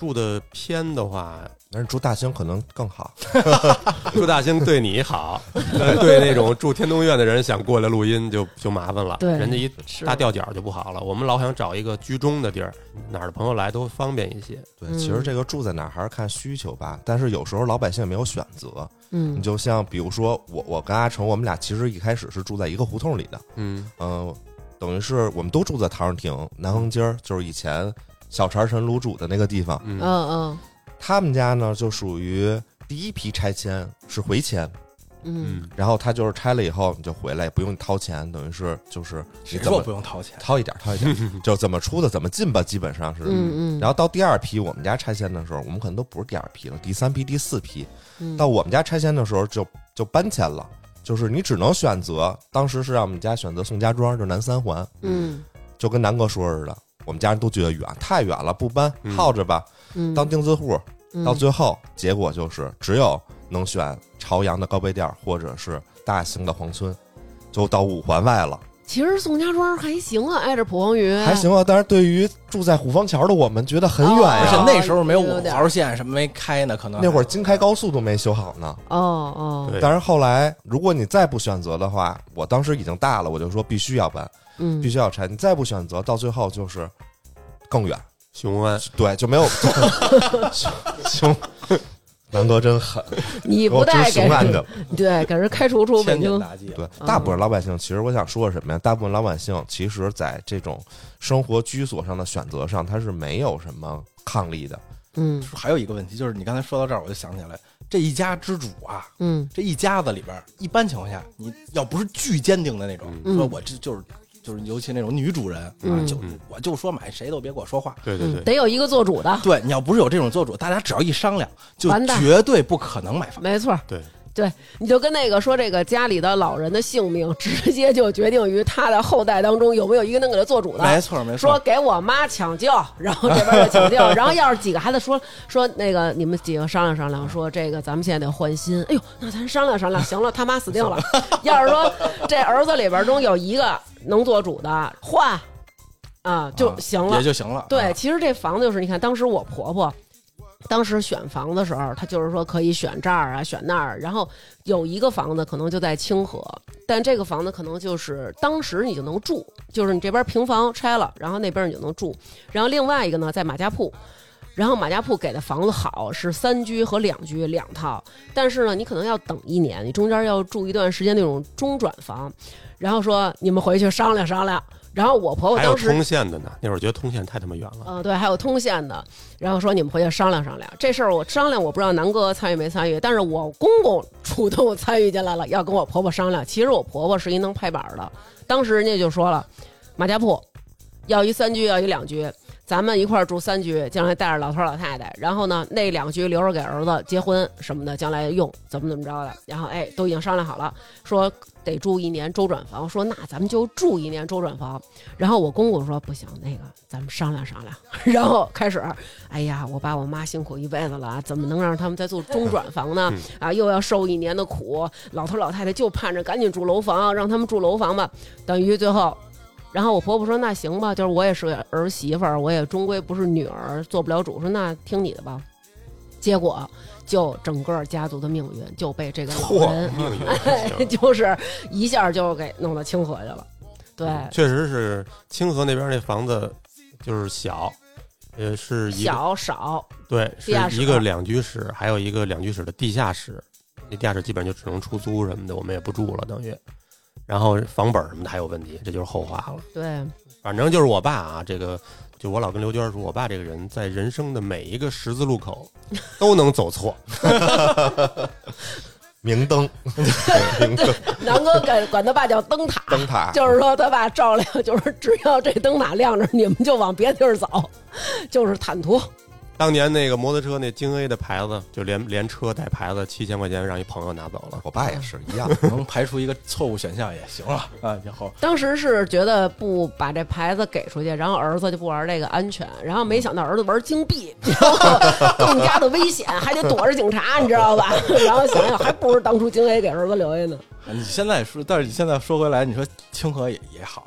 住的偏的话， 但是住大兴可能更好。 住大兴对你好，对那种住天通苑的人想过来录音就麻烦了。 对， 人家一大吊脚就不好了。我们老想找一个居中的地儿，哪儿的朋友来都方便一些。 对，其实这个住在哪儿还是看需求吧。但是有时候老百姓没有选择。你就像比如说我跟阿成，我们俩其实一开始是住在一个胡同里的。等于是我们都住在陶然亭南横街，就是以前小茶神卤煮的那个地方。他们家呢就属于第一批拆迁是回迁，然后他就是拆了以后你就回来，也不用掏钱，等于是就是你怎么不用掏钱， 掏一点，就怎么出的怎么进吧，基本上是。然后到第二批我们家拆迁的时候，我们可能都不是第二批了，第三批、第四批，到我们家拆迁的时候就搬迁了，就是你只能选择，当时是让我们家选择宋家庄，就南三环，就跟南哥说似的。我们家人都觉得远，太远了，不搬，耗着吧，当钉子户。到最后，结果就是只有能选朝阳的高碑店，或者是大兴的黄村，就到5环外了。 其实宋家庄还行啊，挨着蒲黄榆还行啊。但是对于住在虎坊桥的我们，觉得很远呀。 而且那时候没有5号线什么没开呢，可能那会儿京开高速都没修好呢。但是后来，如果你再不选择的话，我当时已经大了，我就说必须要搬。必须要拆。你再不选择，到最后就是更远。 雄安对，就没有雄。南哥真狠， 你不带给人对给人开除北京。 对，大部分老百姓其实我想说什么呀？大部分老百姓其实在这种生活居所上的选择上，他是没有什么抗力的。 还有一个问题就是，你刚才说到这儿，我就想起来，这一家之主啊，这一家子里边，一般情况下，你要不是巨坚定的那种，说我这就是尤其那种女主人啊，我就说买，谁都别给我说话。 对， 得有一个做主的。 对，你要不是有这种做主，大家只要一商量，就绝对不可能买房。 没错， 对， 你就跟那个说，这个家里的老人的性命，直接就决定于他的后代当中有没有一个能给他做主的。 没错。 说给我妈抢救，然后这边就抢救，然后要是几个孩子说那个你们几个商量商量，说这个咱们现在得换新。哎呦，那咱商量商量，行了，他妈死定了。要是说这儿子里边中有一个能做主的，换啊就行了， 也就行了。 对，其实这房子就是你看，当时我婆婆。当时选房的时候，他就是说可以选这儿啊，选那儿，然后有一个房子可能就在清河，但这个房子可能就是当时你就能住，就是你这边平房拆了，然后那边你就能住，然后另外一个呢在马家铺，然后马家铺给的房子好是3居和2居2套，但是呢你可能要等1年，你中间要住一段时间那种中转房，然后说你们回去商量商量。然后我婆婆当时还有通县的呢，那会儿觉得通县太他妈远了。 对，还有通县的，然后说你们回去商量商量这事儿。我商量，我不知道南哥参与没参与，但是我公公主动参与进来了，要跟我婆婆商量。其实我婆婆是一能拍板的，当时人家就说了，马家铺要一3居，要一2居，咱们一块儿住3居，将来带着老头老太太，然后呢那2居留着给儿子结婚什么的，将来用怎么着的。然后都已经商量好了，说得住1年周转房，说那咱们就住1年周转房。然后我公公说不行，那个咱们商量商量。然后开始，哎呀，我爸我妈辛苦一辈子了，怎么能让他们再住中转房呢？又要受1年的苦，老头老太太就盼着赶紧住楼房，让他们住楼房吧。等于最后。然后我婆婆说那行吧，就是我也是个儿媳妇儿，我也终归不是女儿，做不了主，说那听你的吧。结果就整个家族的命运就被这个老人就是一下就给弄到清河去了。对， 确实是清河那边那房子就是小，是一个少， 对，是一个2居室，还有一个2居室的地下室，那地下室基本就只能出租什么的，我们也不住了，等于。然后房本什么的还有问题，这就是后话了。 对， 反正就是我爸啊，这个就我老跟刘娟说，我爸这个人在人生的每一个十字路口都能走错。 明灯， 南哥管他爸叫灯塔， 灯塔就是说他爸照亮，就是只要这灯塔亮着，你们就往别地儿走，就是坦途。 当年那个摩托车那京 A 的牌子，就连车带牌子7000块钱让一朋友拿走了。 我爸也是一样， 能排除一个错误选项也行了啊。以后当时是觉得不把这牌子给出去，然后儿子就不玩这个安全，然后没想到儿子玩金币，然后更加的危险，还得躲着警察，你知道吧？然后想想还不如当初京 A 给儿子留下呢。 你现在说，但是你现在说回来，你说清河也好了。是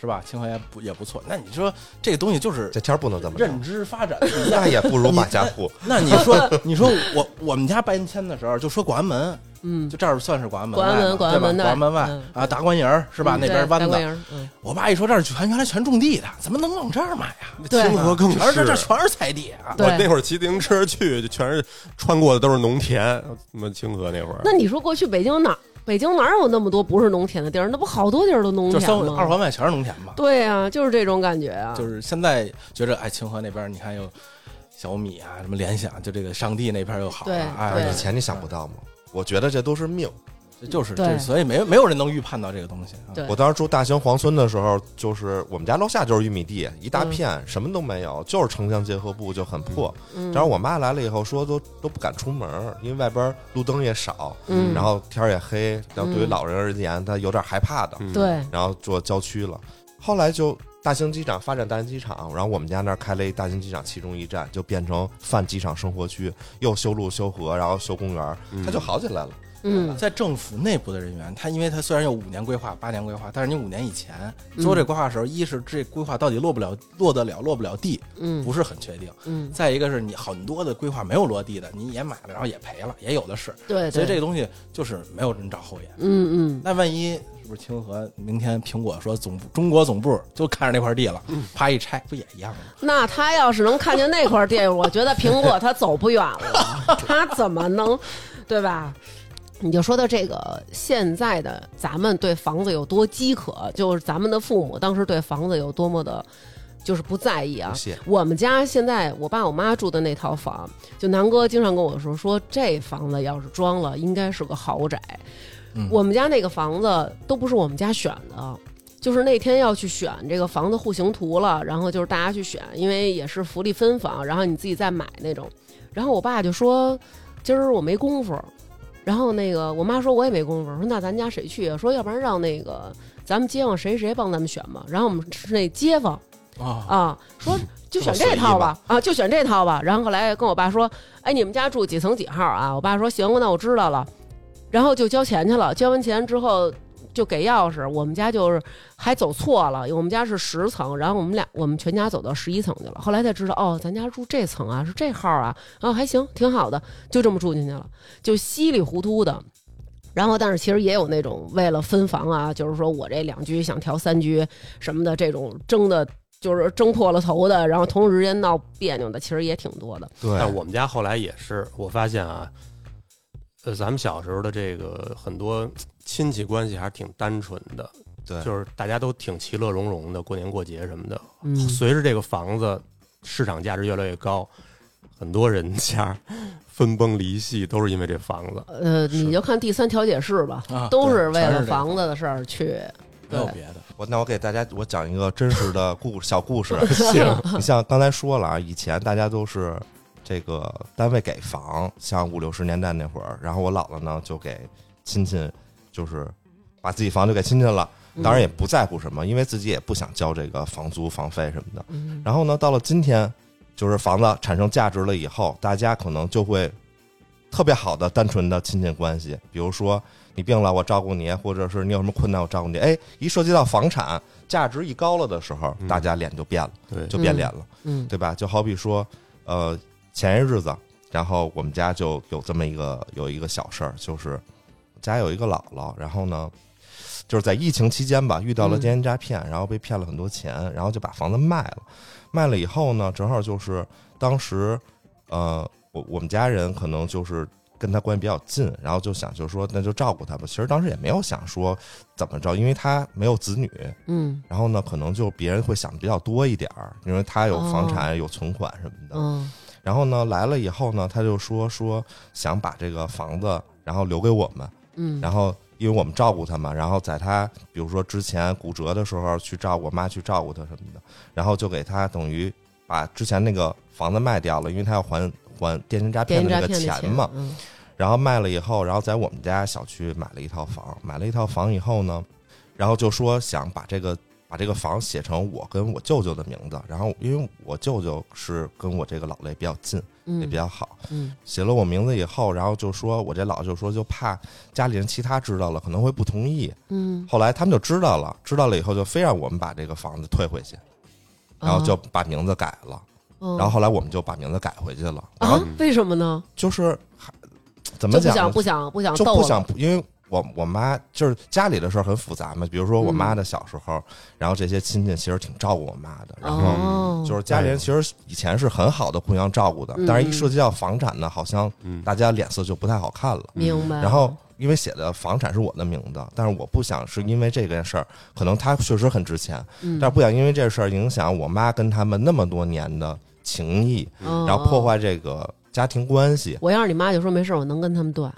是吧？清河也不错。那你说这个东西就是这天不能这么认知发展， 那也不如马家铺。 那你说我们家搬迁的时候就说广安门。就这儿算是广安门外， 广安门外啊，大观园是吧？那边湾子。我爸一说这儿原来全种地的，怎么能往这儿买啊？ 清河更是， 这全是菜地啊！ 我那会儿骑自行车去，就全是穿过的都是农田。什么清河那会儿？ 那你说过去北京哪有那么多不是农田的地儿？那不好多地儿都农田吗？ 就2环外全是农田嘛。 对啊，就是这种感觉啊。 就是现在觉着，清河那边你看有小米啊，什么联想，就这个上地那边又好了。 以前你想不到吗？我觉得这都是命。 就是这，所以没有人能预判到这个东西。 我当时住大兴黄村的时候，就是我们家楼下就是玉米地，一大片，什么都没有，就是城乡结合部，就很破。然后我妈来了以后说都不敢出门，因为外边路灯也少，然后天也黑，然后对于老人而言，他有点害怕的。 对， 然后做郊区了，后来就大兴机场发展大兴机场，然后我们家那儿开了一大兴机场其中一站，就变成泛机场生活区，又修路修河，然后修公园，它就好起来了。 在政府内部的人员，因为他虽然有5年规划、8年规划，但是你5年以前做这规划的时候，一是这规划到底落不了地，不是很确定。再一个是你很多的规划没有落地的，你也买了，然后也赔了，也有的是。 对， 所以这个东西就是没有人找后援。那万一是不是清河明天苹果说中国总部就看着那块地了，啪一拆，不也一样吗？ 那他要是能看见那块地，我觉得苹果他走不远了，他怎么能，对吧？你就说到这个现在的咱们对房子有多饥渴，就是咱们的父母当时对房子有多么的就是不在意啊。我们家现在我爸我妈住的那套房，就南哥经常跟我说这房子要是装了应该是个豪宅。我们家那个房子都不是我们家选的，就是那天要去选这个房子户型图了，然后就是大家去选，因为也是福利分房，然后你自己再买那种。然后我爸就说今儿我没功夫，然后那个我妈说我也没功夫，说那咱家谁去啊？说要不然让那个咱们街坊谁帮咱们选吧。然后我们是那街坊说就选这套吧，就选这套吧。然后后来跟我爸说，哎，你们家住几层几号啊？我爸说行，那我知道了。然后就交钱去了，交完钱之后就给钥匙。我们家就是还走错了，我们家是10层，然后我们全家走到11层去了。后来才知道，咱家住这层啊，是这号啊，还行，挺好的，就这么住进去了，就稀里糊涂的。然后但是其实也有那种为了分房啊，就是说我这2居想调3居什么的，这种就是争破了头的，然后同时之间闹别扭的，其实也挺多的。 对，但我们家后来也是，我发现啊，咱们小时候的这个很多亲戚关系还是挺单纯的， 对， 就是大家都挺其乐融融的，过年过节什么的。随着这个房子市场价值越来越高，很多人家分崩离析都是因为这房子。 你就看第3调解室吧，都是为了房子的事儿去， 没有别的。 那我给大家讲一个真实的小故事。行，你像刚才说了啊，以前大家都是这个单位给房，像50、60年代那会儿，然后我姥姥呢就给亲戚，就是把自己房就给亲戚了，当然也不在乎什么，因为自己也不想交这个房租房费什么的。然后呢，到了今天，就是房子产生价值了以后，大家可能就会特别好的单纯的亲戚关系，比如说你病了我照顾你，或者是你有什么困难我照顾你。哎，一涉及到房产价值一高了的时候，大家脸就变了，就变脸了，对吧？就好比说前一日子，然后我们家就有这么有一个小事儿，就是家有一个姥姥，然后呢就是在疫情期间吧，遇到了电信诈骗，然后被骗了很多钱，然后就把房子卖了。卖了以后呢，正好就是当时我们家人可能就是跟他关系比较近，然后就想就是说那就照顾他吧。其实当时也没有想说怎么着，因为他没有子女，然后呢可能就别人会想的比较多一点，因为他有房产有存款什么的。然后呢来了以后呢，他就说想把这个房子然后留给我们，然后因为我们照顾他嘛，然后在他比如说之前骨折的时候去照顾我妈，去照顾他什么的，然后就给他等于把之前那个房子卖掉了，因为他要还电信诈骗的那个钱嘛。然后卖了以后，然后在我们家小区买了一套房以后呢，然后就说想把这个把这个房写成我跟我舅舅的名字，然后因为我舅舅是跟我这个姥姥也比较近，也比较好，写了我名字以后，然后就说我这姥就说就怕家里人其他知道了可能会不同意，后来他们就知道了以后就非让我们把这个房子退回去，然后就把名字改了，然后后来我们就把名字改回去了啊？为什么呢？ 就是怎么讲， 不想就不想，因为我妈就是家里的事儿很复杂嘛，比如说我妈的小时候，然后这些亲戚其实挺照顾我妈的，然后就是家里人其实以前是很好的互相照顾的，但是一涉及到房产呢，好像大家脸色就不太好看了。 明白。 然后因为写的房产是我的名字，但是我不想是因为这件事儿，可能它确实很值钱，但是不想因为这事儿影响我妈跟他们那么多年的情谊，然后破坏这个家庭关系。 我要是你妈就说没事，我能跟他们断。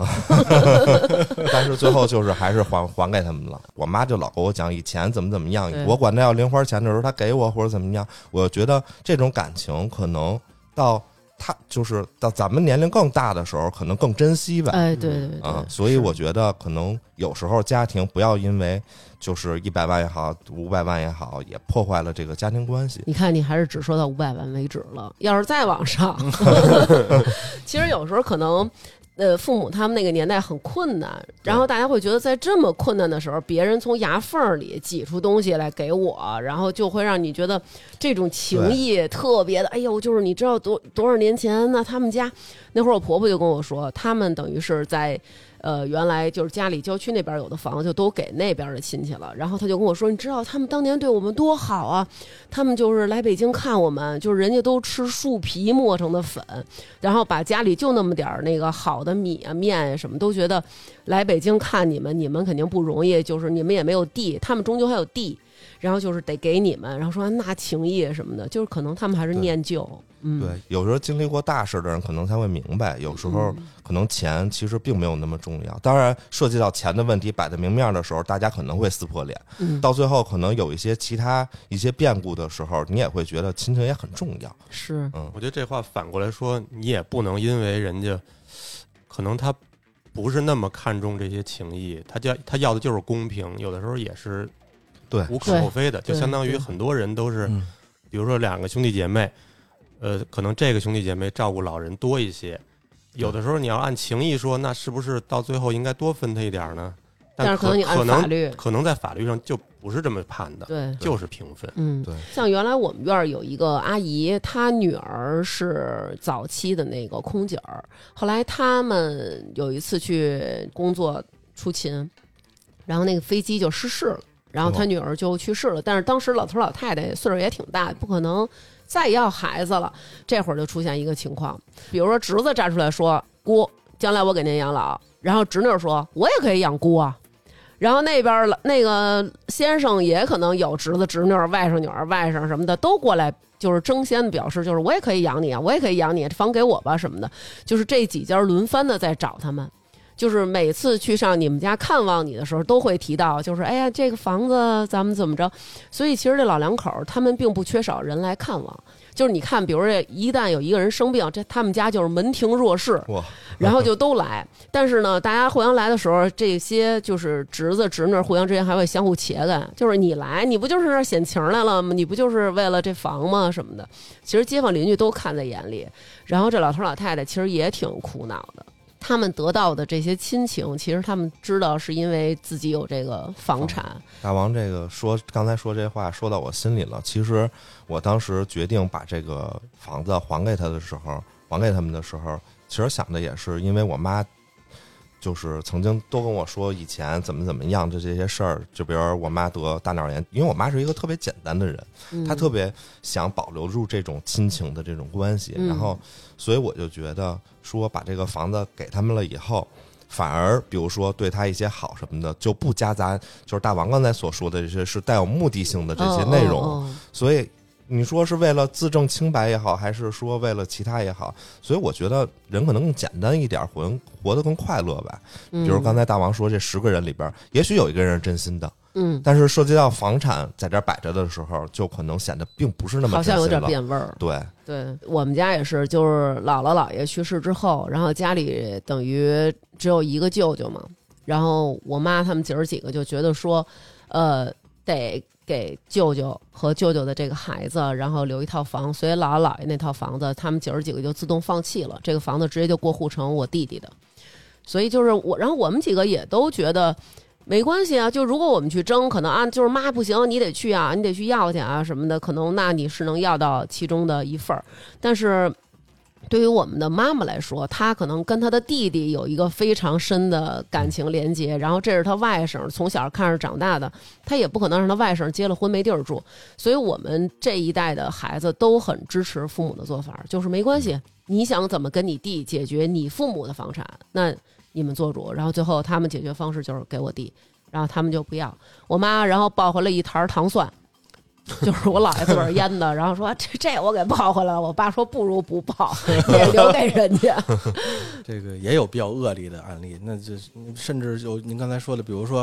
但是最后就是还是还给他们了。我妈就老跟我讲以前怎么样，我管她要零花钱的时候她给我或者怎么样，我觉得这种感情可能到她就是到咱们年龄更大的时候可能更珍惜吧。 哎，对， 所以我觉得可能有时候家庭不要因为就是100万也好500万也好也破坏了这个家庭关系。 你看你还是只说到500万为止了，要是再往上其实有时候可能父母他们那个年代很困难，然后大家会觉得在这么困难的时候，别人从牙缝里挤出东西来给我，然后就会让你觉得这种情谊特别的，哎呦，就是你知道多少年前呢，他们家那会儿我婆婆就跟我说，他们等于是在原来就是家里郊区那边有的房就都给那边的亲戚了，然后他就跟我说，你知道他们当年对我们多好啊，他们就是来北京看我们，就是人家都吃树皮磨成的粉，然后把家里就那么点那个好的米啊面啊什么都觉得来北京看你们肯定不容易，就是你们也没有地，他们终究还有地，然后就是得给你们，然后说那情谊什么的，就是可能他们还是念旧。 对，有时候经历过大事的人可能才会明白，有时候可能钱其实并没有那么重要。当然涉及到钱的问题摆在明面的时候，大家可能会撕破脸，到最后可能有一些其他一些变故的时候，你也会觉得亲情也很重要。 是， 我觉得这话反过来说，你也不能因为人家可能他不是那么看重这些情谊，他要的就是公平，有的时候也是对无可厚非的，就相当于很多人都是，比如说2个兄弟姐妹。可能这个兄弟姐妹照顾老人多一些，有的时候你要按情义说，那是不是到最后应该多分他一点呢？但是可能你按法律， 可能在法律上就不是这么判的， 对， 就是平分。 对。 像原来我们院有一个阿姨，她女儿是早期的那个空姐儿，后来他们有一次去工作出勤，然后那个飞机就失事了，然后她女儿就去世了。但是当时老头老太太岁数也挺大，不可能再要孩子了，这会儿就出现一个情况，比如说侄子站出来说姑，将来我给您养老，然后侄女说我也可以养姑啊，然后那边那个先生也可能有侄子侄女外甥女儿外甥什么的都过来，就是争先的表示，就是我也可以养你啊，我也可以养你，房给我吧什么的，就是这几家轮番的在找他们，就是每次去上你们家看望你的时候都会提到，就是哎呀这个房子咱们怎么着，所以其实这老两口他们并不缺少人来看望，就是你看比如说一旦有一个人生病，这他们家就是门庭若市，然后就都来。但是呢大家互相来的时候，这些就是侄子侄女互相之间还会相互切干，就是你来你不就是那显情来了吗，你不就是为了这房吗什么的，其实街坊邻居都看在眼里，然后这老头老太太其实也挺苦恼的，他们得到的这些亲情，其实他们知道是因为自己有这个房产。 大王这个刚才说这话说到我心里了。其实我当时决定把这个房子还给他们的时候，其实想的也是因为我妈就是曾经都跟我说以前怎么样的这些事儿，就比如我妈得大脑炎，因为我妈是一个特别简单的人，她特别想保留住这种亲情的这种关系，然后所以我就觉得说把这个房子给他们了以后，反而比如说对他一些好什么的就不夹杂，就是大王刚才所说的这些是带有目的性的这些内容，所以你说是为了自证清白也好，还是说为了其他也好，所以我觉得人可能更简单一点，活得更快乐吧。比如刚才大王说这10个人里边也许有一个人是真心的，但是涉及到房产在这摆着的时候，就可能显得并不是那么真心了， 好像有点变味儿。对，我们家也是，就是姥姥姥爷去世之后，然后家里等于只有一个舅舅嘛，然后我妈他们姐儿几个就觉得说，得给舅舅和舅舅的这个孩子，然后留一套房，所以姥姥姥爷那套房子他们姐儿几个就自动放弃了，这个房子直接就过户成我弟弟的。所以就是然后我们几个也都觉得没关系啊，就如果我们去争，可能啊就是妈不行，你得去啊，你得去要去啊什么的，可能那你是能要到其中的一份儿，但是对于我们的妈妈来说，她可能跟她的弟弟有一个非常深的感情连接，然后这是她外甥从小看着长大的，她也不可能让她外甥结了婚没地儿住，所以我们这一代的孩子都很支持父母的做法，就是没关系，你想怎么跟你弟解决你父母的房产，那你们做主。然后最后他们解决方式就是给我弟，然后他们就不要我妈，然后抱回了一坛糖蒜，就是我姥爷自个儿腌的，然后说这我给抱回来了，我爸说不如不抱，也留给人家。 这个也有比较恶劣的案例，那就甚至就您刚才说的，比如说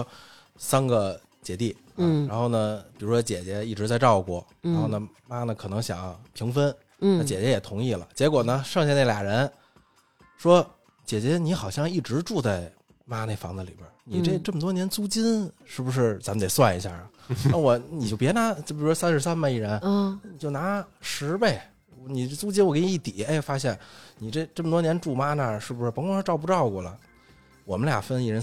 3个姐弟，然后呢，比如说姐姐一直在照顾，然后呢妈呢可能想平分，那姐姐也同意了，结果呢剩下那俩人说，姐姐你好像一直住在妈那房子里边，你这么多年租金是不是咱们得算一下啊？那你就别拿，就比如说33吧一人，你就拿10倍，你租金我给你一抵，哎，发现你这么多年住妈那儿，是不是甭管说照不照顾了，我们俩分一人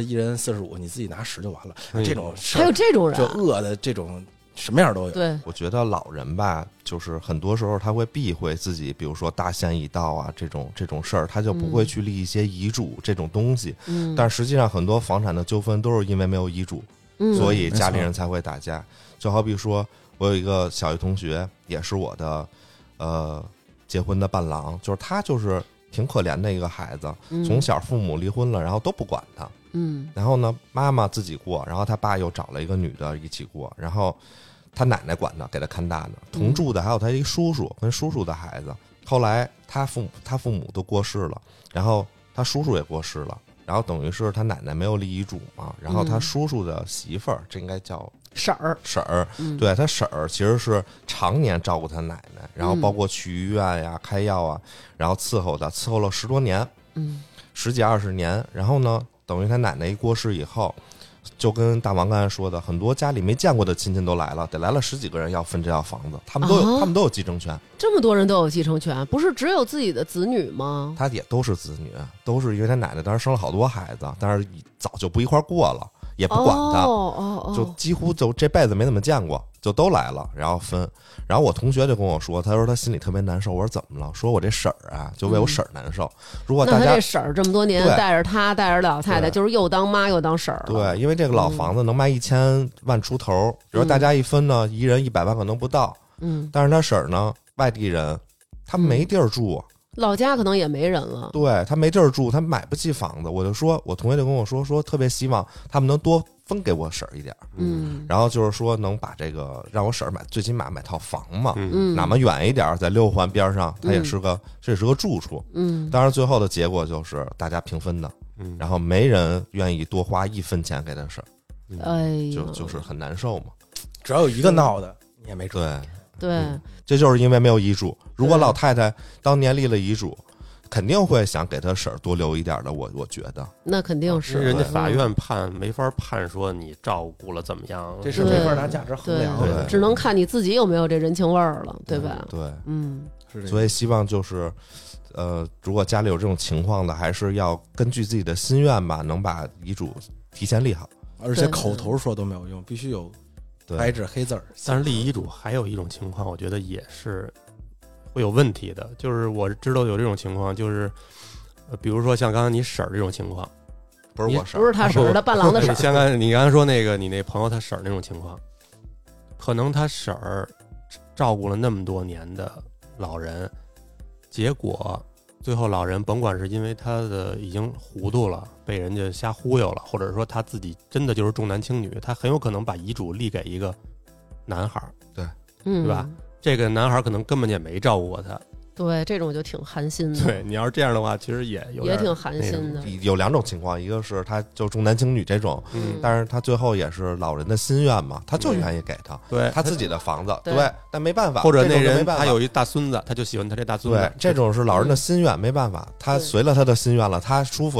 45，你自己拿10就完了。这种事还有这种人， 就恶的这种什么样都有。 对， 我觉得老人吧，就是很多时候他会避讳自己，比如说大限已到啊这种事儿，他就不会去立一些遗嘱这种东西。但实际上很多房产的纠纷都是因为没有遗嘱。所以家里人才会打架。就好比说我有一个小学同学，也是我的结婚的伴郎，就是他就是挺可怜的一个孩子，从小父母离婚了，然后都不管他，然后呢妈妈自己过，然后他爸又找了一个女的一起过，然后他奶奶管他，给他看大的，同住的还有他一叔叔跟叔叔的孩子。后来他父母都过世了，然后他叔叔也过世了，然后等于是他奶奶没有立遗嘱嘛，然后他叔叔的媳妇儿，这应该叫婶儿， 对，他婶儿其实是常年照顾他奶奶，然后包括去医院呀、开药啊，然后伺候了10多年，10几20年，然后呢，等于他奶奶一过世以后，就跟大王刚才说的，很多家里没见过的亲戚都来了，得来了10几个人要分这套房子，他们都有继承权。 这么多人都有继承权，不是只有自己的子女吗？ 他也都是子女，都是因为他奶奶当时生了好多孩子，但是早就不一块过了，也不管他，就几乎就这辈子没怎么见过，就都来了，然后分。然后我同学就跟我说，他说他心里特别难受。我说怎么了？说我这婶儿啊，就为我婶儿难受。如果大家那他这婶儿这么多年带着他带着老太太，就是又当妈又当婶儿。 对，因为这个老房子能卖1000万出头，比如大家一分呢，一人100万可能不到。但是他婶儿呢，外地人，他没地儿住。 老家可能也没人了， 对，他没地儿住，他买不起房子。我就说，我同学就跟我说特别希望他们能多分给我婶儿一点，然后就是说能把这个让我婶儿最起码买套房嘛，哪么远一点，在6环边上，它也是个住处，当然最后的结果就是大家平分的，然后没人愿意多花1分钱给他婶儿，就是很难受嘛。 只要有一个闹的，你也没辙。 对， 这就是因为没有遗嘱。如果老太太当年立了遗嘱，肯定会想给他婶儿多留一点的。我觉得那肯定是， 人家法院没法判说你照顾了怎么样， 这是没法拿价值衡量的， 只能看你自己有没有这人情味儿了，对吧？ 对， 是这。 所以希望就是如果家里有这种情况的，还是要根据自己的心愿吧，能把遗嘱提前立好。 而且口头说都没有用，必须有白纸黑字儿。 但是立遗嘱还有一种情况，我觉得也是会有问题的，就是我知道有这种情况，就是比如说像刚才你婶儿这种情况， 不是我婶儿， 不是他婶儿，他伴郎的婶儿。 像你刚才说那个你那朋友他婶儿那种情况，可能他婶儿照顾了那么多年的老人，结果最后老人甭管是因为他的已经糊涂了，被人家瞎忽悠了，或者说他自己真的就是重男轻女，他很有可能把遗嘱立给一个男孩，对吧？这个男孩可能根本也没照顾过他， 对，这种就挺寒心的。 对，你要是这样的话，其实也挺寒心的。 有2种情况，一个是他就重男轻女这种，但是他最后也是老人的心愿嘛，他就愿意给他， 对他自己的房子，对，但没办法。 或者那人他有一大孙子，他就喜欢他这大孙子， 对，这种是老人的心愿，没办法，他随了他的心愿了，他舒服了，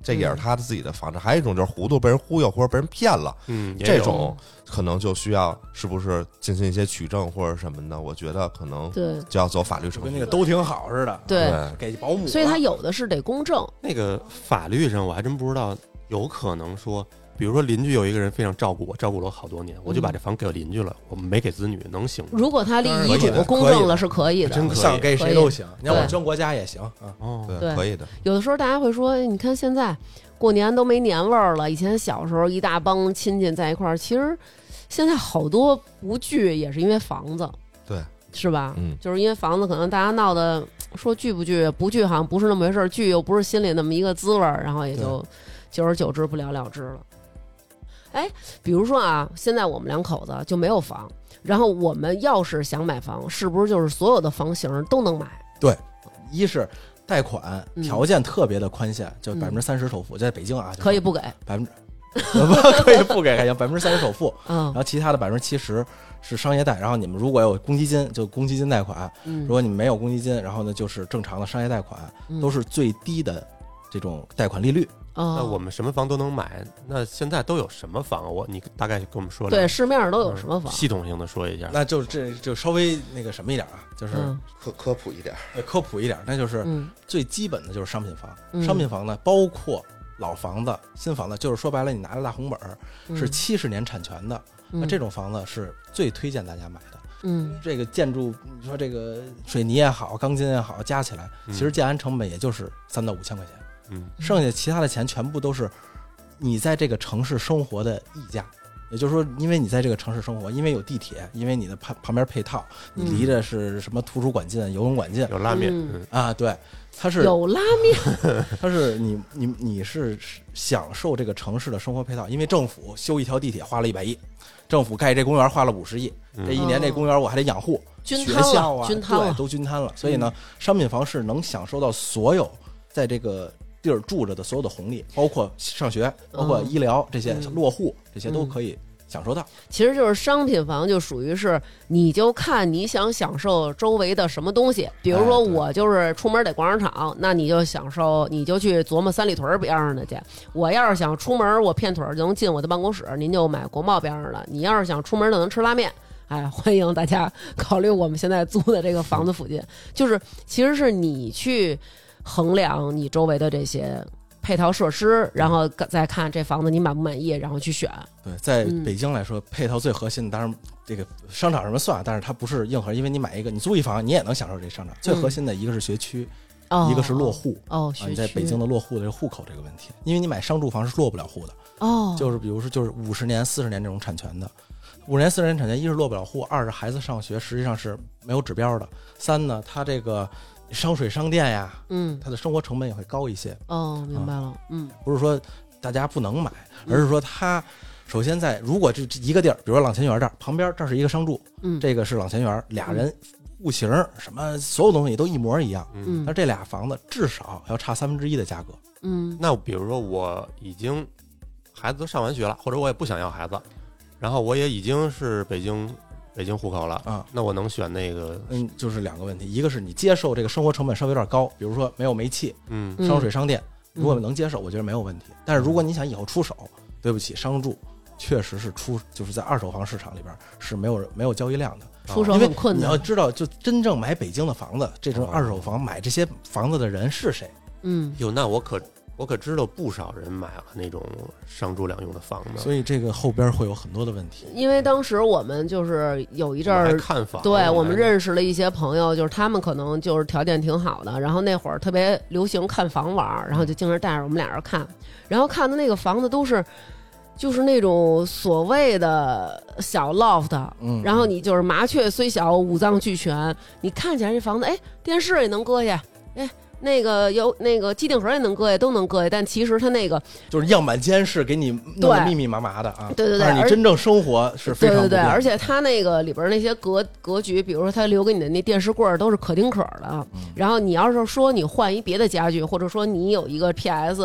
这也是他自己的房子。还有一种就是糊涂被人忽悠或者被人骗了，这种可能就需要是不是进行一些取证或者什么的，我觉得可能就要走法律程序， 跟那个都挺好似的， 对， 给保姆， 所以他有的是得公证。 那个法律上我还真不知道，有可能说，比如说邻居有一个人非常照顾我，照顾了我好多年，我就把这房给我邻居了，我们没给子女，能行吗？ 如果他立遗嘱公证了是可以的， 真可以， 想给谁都行，你让我捐国家也行啊。 对，可以的。 有的时候大家会说，你看现在过年都没年味儿了，以前小时候一大帮亲戚在一块儿，其实现在好多不聚也是因为房子， 对， 是吧？就是因为房子，可能大家闹的说聚不聚，不聚好像不是那么回事儿，聚又不是心里那么一个滋味儿，然后也就久而久之不了了之了。哎，比如说啊，现在我们两口子就没有房，然后我们要是想买房，是不是就是所有的房型都能买？ 对，一是贷款条件特别的宽限，就30%首付，在北京啊， 可以不给可以不给还行，30%首付，然后其他的70%是商业贷，然后你们如果有公积金，就公积金贷款；如果你们没有公积金，然后呢就是正常的商业贷款，都是最低的这种贷款利率。 那我们什么房都能买，那现在都有什么房？你大概跟我们说对，市面上都有什么房？ 系统性的说一下。 那就稍微那个什么一点啊，就是科普一点， 科普一点，那就是最基本的就是商品房。商品房呢，包括老房子、新房子，就是说白了，你拿着大红本是70年产权的，那这种房子是最推荐大家买的。这个建筑，你说这个水泥也好，钢筋也好，加起来，其实建安成本也就是3到5千块钱。剩下其他的钱全部都是你在这个城市生活的溢价，也就是说，因为你在这个城市生活，因为有地铁，因为你的旁边配套，你离着是什么图书馆近、游泳馆近， 有拉面啊，对，它是有拉面， 它是你是享受这个城市的生活配套，因为政府修一条地铁花了100亿，政府盖这公园花了50亿，这一年这公园我还得养护，学校啊，对，都均摊了，所以呢，商品房是能享受到所有在这个地儿住着的所有的红利，包括上学，包括医疗这些落户，这些都可以享受到。 其实就是商品房，就属于是你就看你想享受周围的什么东西。比如说我就是出门得逛商场，那你就享受，你就去琢磨三里屯边上的去。我要是想出门，我片腿就能进我的办公室，您就买国贸边上的。你要是想出门就能吃拉面。哎，欢迎大家考虑我们现在租的这个房子附近，就是其实是你去衡量你周围的这些配套设施，然后再看这房子你满不满意，然后去选。 对，在北京来说，配套最核心的，当然这个商场什么算，但是它不是硬核，因为你买一个，你租一房，你也能享受这商场。最核心的一个是学区，一个是落户。你在北京的落户的户口这个问题，因为你买商住房是落不了户的。就是比如说就是50年、40年这种产权的。50年、40年产权，一是落不了户，二是孩子上学实际上是没有指标的，三呢，它这个商水商店呀，它的生活成本也会高一些。 明白了， 不是说大家不能买，而是说它首先在如果这一个地儿，比如说朗前园这儿旁边，这是一个商住，这个是朗前园，俩人户型什么所有东西都一模一样，那这俩房子至少要差1/3的价格。 那比如说我已经孩子都上完学了，或者我也不想要孩子。然后我也已经是北京户口了啊，那我能选那个？ 就是2个问题，一个是你接受这个生活成本稍微有点高，比如说没有煤气，商水商店，如果能接受，我觉得没有问题。但是如果你想以后出手，对不起，商住确实是就是在二手房市场里边是没有交易量的， 出手很困难。 你要知道，就真正买北京的房子，这种二手房买这些房子的人是谁？ 那我可知道不少人买了那种商住两用的房子， 所以这个后边会有很多的问题。 因为当时我们就是有一阵儿看房， 对，我们认识了一些朋友，就是他们可能就是条件挺好的，然后那会儿特别流行看房网，然后就经常带着我们俩人看，然后看的那个房子都是就是那种所谓的小 loft，然后你就是麻雀虽小五脏俱全，你看起来这房子，哎，电视也能搁下，哎。那个有那个机顶盒也能搁下，都能搁下，但其实它那个就是样板间是给你弄得密密麻麻的啊。 对， 但是你真正生活是非常不对，而且它那个里边那些格局，比如说它留给你的那电视柜都是可丁可的，然后你要是说你换一别的家具，或者说你有一个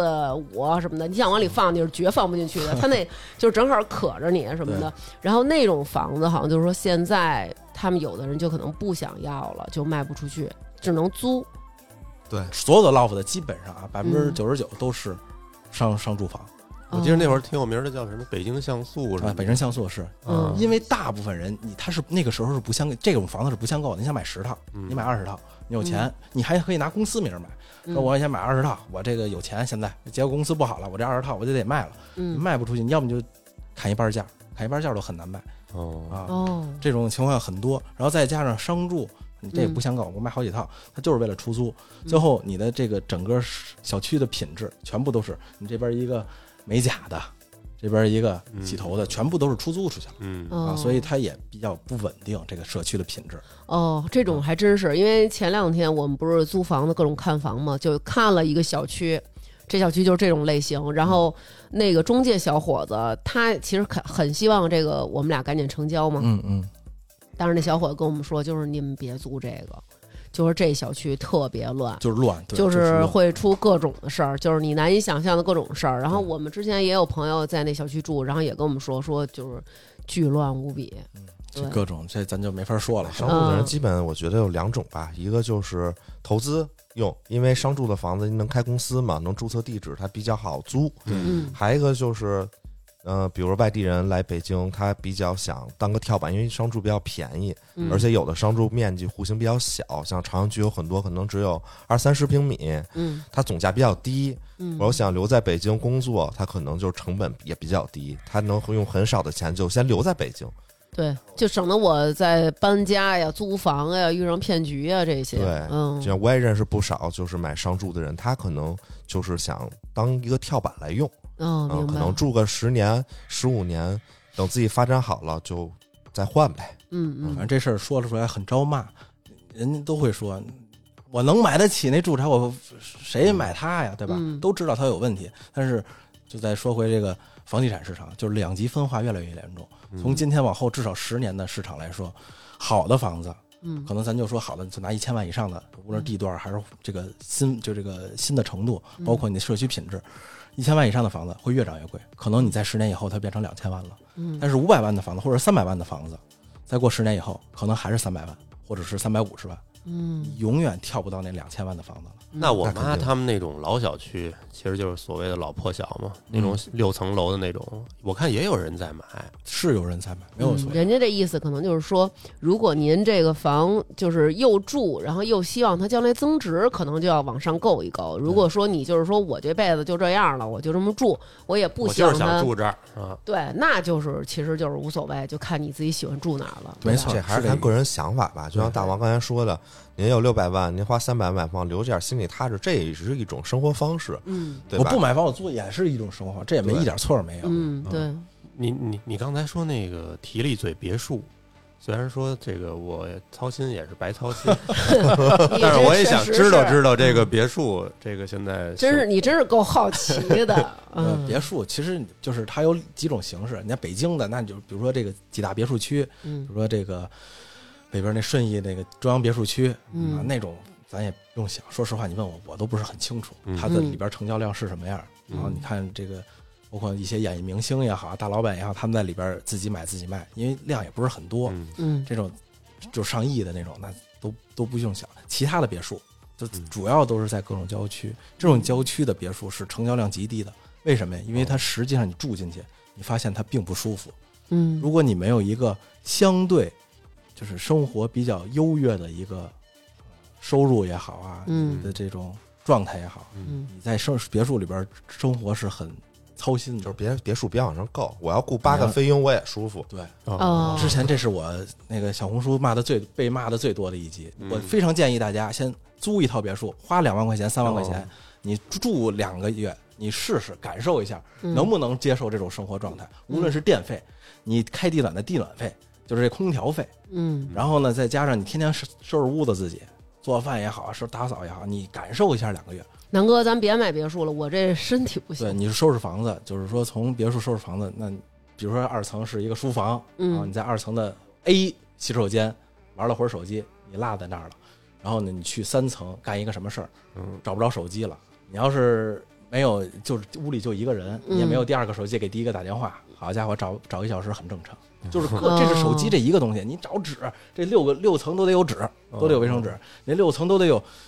PS5什么的，你想往里放，你是绝放不进去的，它那就正好可着你什么的。然后那种房子好像就是说现在他们有的人就可能不想要了，就卖不出去，只能租。 对，所有的 loft 基本上啊，99%都是商住房。 我记得那会儿挺有名的，叫什么北京像素是吧？ 北京像素是，因为大部分人他是那个时候是不相这种房子是不相购的。你想买10套，你买20套，你有钱，你还可以拿公司名买。说我先买20套，我这个有钱，现在结果公司不好了，我这20套我就得卖了，卖不出去，你要么就砍一半价，砍一半价都很难卖。这种情况很多，然后再加上商住，你这也不相购，我买好几套，它就是为了出租，最后你的这个整个小区的品质全部都是你这边一个美甲的，这边一个洗头的，全部都是出租出去了，所以它也比较不稳定，这个社区的品质。 这种还真是，因为前2天我们不是租房子各种看房嘛，就看了一个小区。这小区就是这种类型，然后那个中介小伙子他其实很希望这个我们俩赶紧成交嘛，但是那小伙子跟我们说，就是你们别租这个，就是这小区特别乱， 就是乱， 就是会出各种的事儿，就是你难以想象的各种事儿。然后我们之前也有朋友在那小区住，然后也跟我们说就是巨乱无比。 各种这咱就没法说了。 商住的人基本我觉得有2种吧，一个就是投资用，因为商住的房子能开公司嘛，能注册地址，它比较好租。还一个就是比如外地人来北京，他比较想当个跳板，因为商住比较便宜，而且有的商住面积户型比较小，像朝阳区有很多可能只有20-30平米，它总价比较低。我想留在北京工作，它可能就是成本也比较低，它能用很少的钱就先留在北京。 对，就省得我在搬家呀、租房呀、遇上骗局呀这些。 对，就我也认识不少就是买商住的人，他可能就是想当一个跳板来用。 明白。 可能住个10年、15年，等自己发展好了就再换呗。 反正这事儿说了出来很招骂，人家都会说，我能买得起那住宅，我谁买它呀，对吧？都知道它有问题，但是就再说回这个房地产市场，就是2极分化越来越严重。从今天往后至少10年的市场来说，好的房子，可能咱就说好的，就拿1000万以上的，无论地段还是这个新的程度，包括你的社区品质，1000万以上的房子会越涨越贵，可能你在10年以后它变成2000万了。但是500万的房子或者300万的房子，再过10年以后，可能还是300万或者是350万。永远跳不到那2000万的房子了。 那我妈他们那种老小区，其实就是所谓的老破小嘛，那种6层楼的那种，我看也有人在买， 是有人在买，没有错。 人家这意思可能就是说，如果您这个房就是又住，然后又希望它将来增值，可能就要往上够一够。如果说你就是说我这辈子就这样了，我就这么住，我也不希望它， 我就是想住这儿啊。 对，那就是其实就是无所谓，就看你自己喜欢住哪儿了。 没错， 这还是看个人想法吧。就像大王刚才说的，您有600万，您花300万买房，留点心里踏实，这也是一种生活方式。对吧？ 我不买房我租也是一种生活方式，这也没一点错没有。 对。 你刚才说那个提了一嘴别墅，虽然说这个我操心也是白操心，但是我也想知道这个别墅，这个现在你真是够好奇的。 别墅其实就是它有几种形式，你看北京的，那就比如说这个几大别墅区，比如说这个北边那顺义那个中央别墅区那种咱也不用想，说实话你问我都不是很清楚它的里边成交量是什么样。然后你看这个包括一些演艺明星也好，大老板也好，他们在里边自己买自己卖，因为量也不是很多，这种就上亿的那种，那都不用想。其他的别墅就主要都是在各种郊区，这种郊区的别墅是成交量极低的。为什么呀？因为它实际上你住进去，你发现它并不舒服。如果你没有一个相对就是生活比较优越的一个收入也好啊，你的这种状态也好，你在别墅里边生活是很操心的， 就是别墅别往上够，我要雇8个菲佣我也舒服。 对，之前这是我那个小红书被骂的最多的一集。我非常建议大家先租一套别墅，花2万块钱3万块钱，你住2个月，你试试感受一下能不能接受这种生活状态。无论是电费，你开地暖的地暖费，就是这空调费，然后呢再加上你天天收拾屋子，自己做饭也好，打扫也好，你感受一下2个月。 南哥，咱别买别墅了，我这身体不行。 对，你是收拾房子，就是说从别墅收拾房子，那比如说2层是一个书房，你在2层的 A 洗手间玩了会儿手机，你落在那儿了，然后呢你去3层干一个什么事儿，找不着手机了，你要是没有，就是屋里就一个人，你也没有第2个手机给第1个打电话，好家伙，找1小时很正常。就是这是手机这一个东西，你找纸，这6层都得有纸，都得有卫生纸，那6层都得有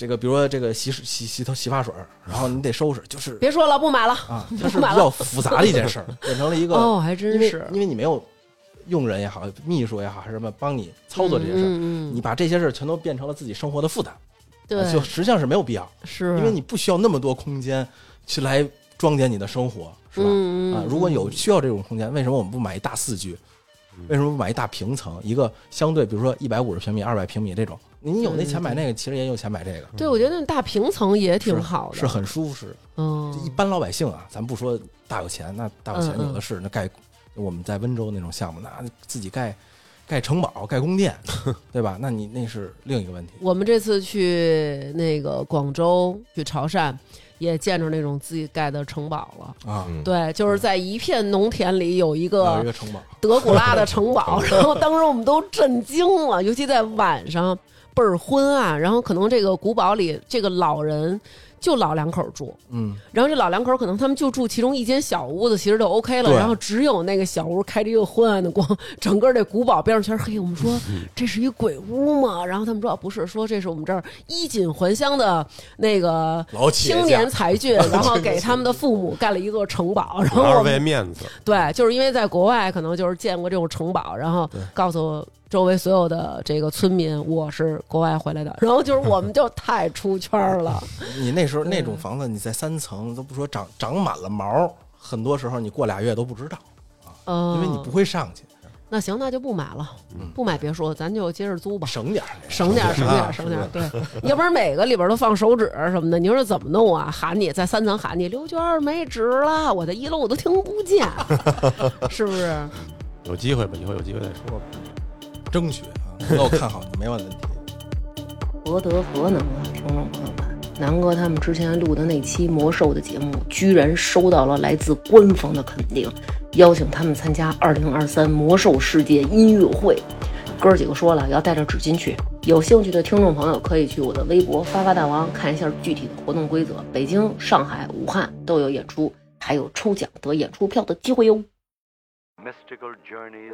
这个比如说这个洗发水，然后你得收拾，就是别说了，不买了啊，它是比较复杂的一件事儿，变成了一个哦，还真是， 因为你没有佣人也好，秘书也好，还是什么帮你操作这些事儿，你把这些事儿全都变成了自己生活的负担， 对， 就实际上是没有必要， 是因为你不需要那么多空间去来装点你的生活，是吧？啊，如果有需要这种空间，为什么我们不买一大4居？为什么不买一大平层？一个相对，比如说150平米、200平米这种，你有那钱买那个，其实也有钱买这个。 对，我觉得那大平层也挺好的， 是很舒适。一般老百姓啊，咱不说大有钱，那大有钱有的是，那盖我们在温州那种项目，那自己盖城堡、盖宫殿，对吧？那你那是另一个问题。 我们这次去那个广州、去潮汕，也见着那种自己盖的城堡了啊！对，就是在一片农田里有一个城堡， 德古拉的城堡。然后当时我们都震惊了，尤其在晚上倍儿昏暗。然后可能这个古堡里这个老人就老两口住，然后这老两口可能他们就住其中一间小屋子，其实就 OK 了。然后只有那个小屋开着一个昏暗的光，整个这古堡边上全是黑。我们说这是一鬼屋吗？然后他们说不是，说这是我们这儿衣锦还乡的那个青年才俊，然后给他们的父母盖了一座城堡。然后为面子， 对，就是因为在国外可能就是见过这种城堡，然后告诉周围所有的这个村民，我是国外回来的，然后就是我们就太出圈了。 你那时候那种房子，你在3层都不说长满了毛，很多时候你过2月都不知道啊，因为你不会上去。 那行，那就不买了，不买别说，咱就接着租吧， 省点。 对，要不然每个里边都放手指什么的，你说怎么弄啊？喊你在3层喊你刘娟没纸了，我在1楼我都听不见，是不是？ 有机会吧，以后有机会再说吧。 争取啊，那我看好你，没问题。 何德何能啊，听众朋友们，南哥他们之前录的那期魔兽的节目，居然收到了来自官方的肯定，邀请他们参加2023魔兽世界音乐会。哥几个说了要带着纸巾去，有兴趣的听众朋友可以去我的微博发发大王看一下具体的活动规则。北京、上海、武汉都有演出，还有抽奖得演出票的机会哟。Mystical journey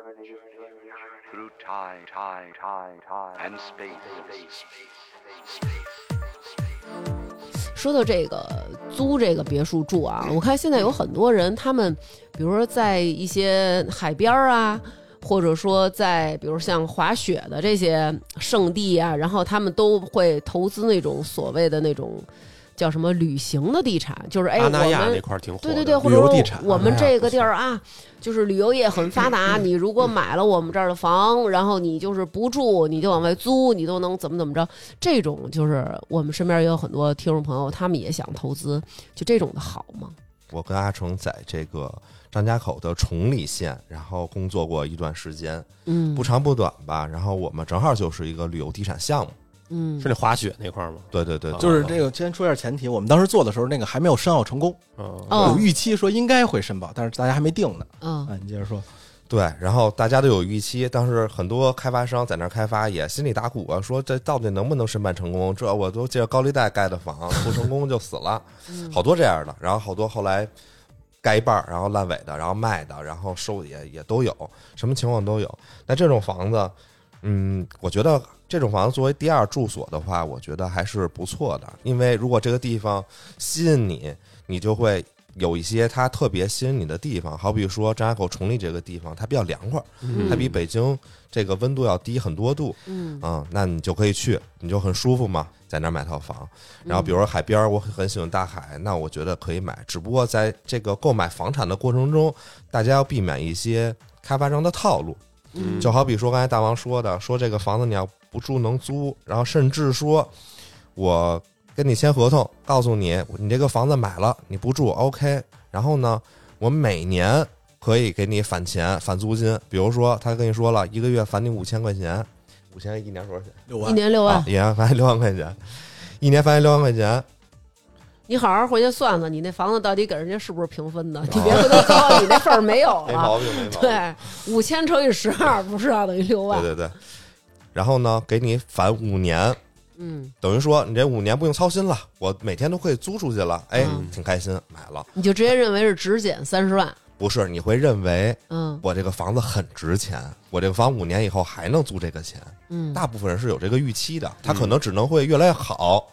through time and space. 说到这个租这个别墅住啊，我看现在有很多人，他们比如说在一些海边啊，或者说在比如像滑雪的这些圣地啊，然后他们都会投资那种所谓的那种叫什么旅行的地产，就是阿那亚那块挺火的， 对，或者说我们这个地儿啊，就是旅游业很发达，你如果买了我们这儿的房，然后你就是不住，你就往外租，你都能怎么着。这种就是我们身边也有很多听众朋友，他们也想投资，就这种的好吗？ 我跟阿成在这个张家口的崇礼县，然后工作过一段时间，不长不短吧。然后我们正好就是一个旅游地产项目。 是那滑雪那块吗？ 对， 就是这个。先说一下前提，我们当时做的时候，那个还没有申奥成功，有预期说应该会申报，但是大家还没定呢。你接着说。 对，然后大家都有预期，当时很多开发商在那儿开发也心里打鼓啊，说这到底能不能申办成功？这我都借着高利贷盖的房，不成功就死了，好多这样的。然后好多后来盖一半，然后烂尾的，然后卖的，然后收也都有，什么情况都有。那这种房子，我觉得这种房子作为第二住所的话，我觉得还是不错的。因为如果这个地方吸引你，你就会有一些它特别吸引你的地方。好比说张家口崇礼这个地方，它比较凉快，它比北京这个温度要低很多度，那你就可以去，你就很舒服嘛，在那儿买套房。然后比如说海边，我很喜欢大海，那我觉得可以买。只不过在这个购买房产的过程中，大家要避免一些开发商的套路。就好比说刚才大王说的，说这个房子你要不住能租，然后甚至说我跟你签合同，告诉你你这个房子买了你不住 OK， 然后呢我每年可以给你返钱返租金。比如说他跟你说了1个月返你5000块钱，5000一年多少钱？6万， 一年6万， 一年返6万块钱，一年返6万块钱。 你好好回去算算，你那房子到底给人家是不是平分的？你别回头告你那份儿没有了。 没毛病。 对，5000乘以12不是等于6万。 对。然后呢，给你返5年，等于说你这5年不用操心了，我每天都可以租出去了，挺开心，买了。 你就直接认为是只减30万？ 不是，你会认为，我这个房子很值钱，我这个房5年以后还能租这个钱。大部分人是有这个预期的，他可能只能会越来越好。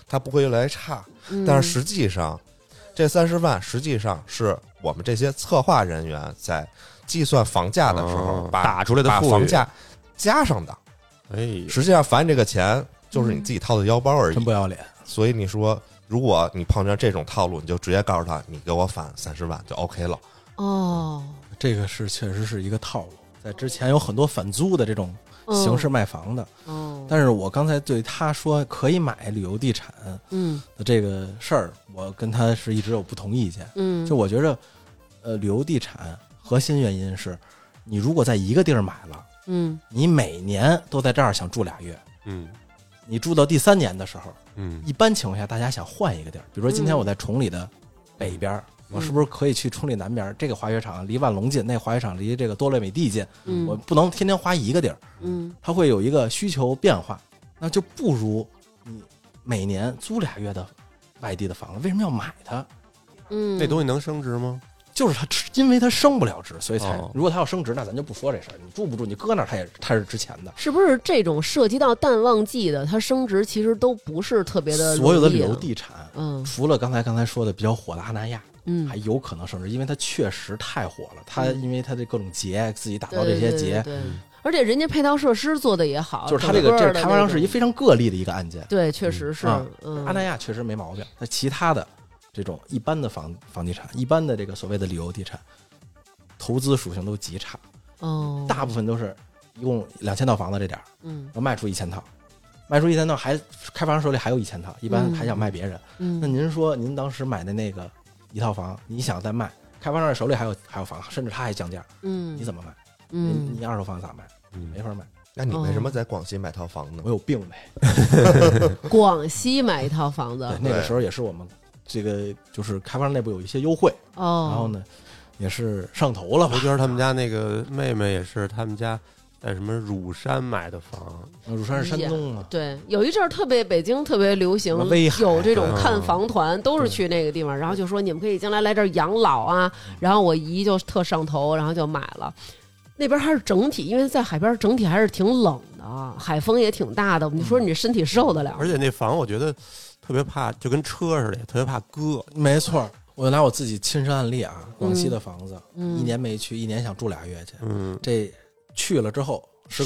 它不会越来越差。但是实际上，这30万实际上是我们这些策划人员在计算房价的时候打出来的把房价加上的。实际上返这个钱就是你自己掏的腰包而已， 真不要脸。 所以你说，如果你碰见这种套路，你就直接告诉他，你给我返30万就 OK 了。 这个确实是一个套路，在之前有很多返租的这种形式卖房的。但是我刚才对他说可以买旅游地产的这个事儿，我跟他是一直有不同意见。就我觉着旅游地产核心原因是你如果在一个地儿买了，你每年都在这儿想住2月，你住到第3年的时候，一般情况下大家想换一个地儿，比如说今天我在崇礼的北边，我是不是可以去崇礼南边？这个滑雪场离万隆近，那个滑雪场离这个多乐美地近，我不能天天花一个地儿，它会有一个需求变化，那就不如你每年租2月的外地的房子，为什么要买它？ 那东西能升值吗？ 就是它，因为它升不了值，所以才如果它要升值，那咱就不说这事儿。你住不住，你搁那儿它是值钱的。 是不是这种涉及到淡旺季的，它升值其实都不是特别的容易。 所有的旅游地产，除了刚才说的比较火的阿那亚，还有可能升值，因为它确实太火了。它因为它这各种节，自己打造这些节， 对，而且人家配套设施做的也好， 就是它这开发商是一非常个例的一个案件。 对，确实是。 阿那亚确实没毛病，那其他的。这种一般的房地产，一般的这个所谓的旅游地产，投资属性都极差。大部分都是一共2000套房子这点要卖出1000套，卖出1000套还开发商手里还有1000套，一般还想卖别人。那您说您当时买的那个一套房，你想再卖，开发商手里还有房，甚至他还降价，你怎么卖？你二手房咋卖？没法卖。 那你为什么在广西买套房呢？ 我有病呗。 广西买一套房子， 那个时候也是我们。这个就是开发商内部有一些优惠然后呢，也是上头了吧？ 我觉得他们家那个妹妹也是，他们家在什么乳山买的房， 乳山是山东啊。 对，有一阵儿北京特别流行，有这种看房团，都是去那个地方，然后就说你们可以将来这儿养老啊。然后我姨就特上头，然后就买了。那边还是整体，因为在海边整体还是挺冷的，海风也挺大的。你说你身体受得了？ 而且那房我觉得。特别怕，就跟车似的，特别怕割。 没错，我拿我自己亲身案例啊，广西的房子，1年没去，1年想住2月去，这去了之后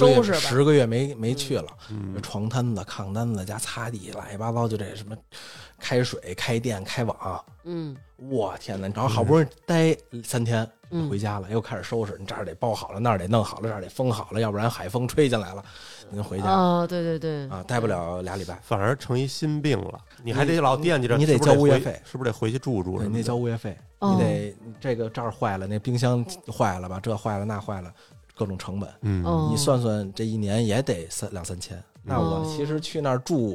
10个月没去了，床单子、炕单子加擦地，乱七八糟，就这什么开水、开电、开网，我天哪！然后好不容易待3天回家了，又开始收拾，你这儿得包好了，那儿得弄好了，这儿得封好了，要不然海风吹进来了，您回家对待不了2礼拜， 反而成一心病了。你还得老惦记着， 你得交物业费， 是不是得回去住？ 你得交物业费，你得这个这儿坏了，那冰箱坏了吧，这坏了那坏了，各种成本，你算算这1年也得2-3千。那我其实去那儿住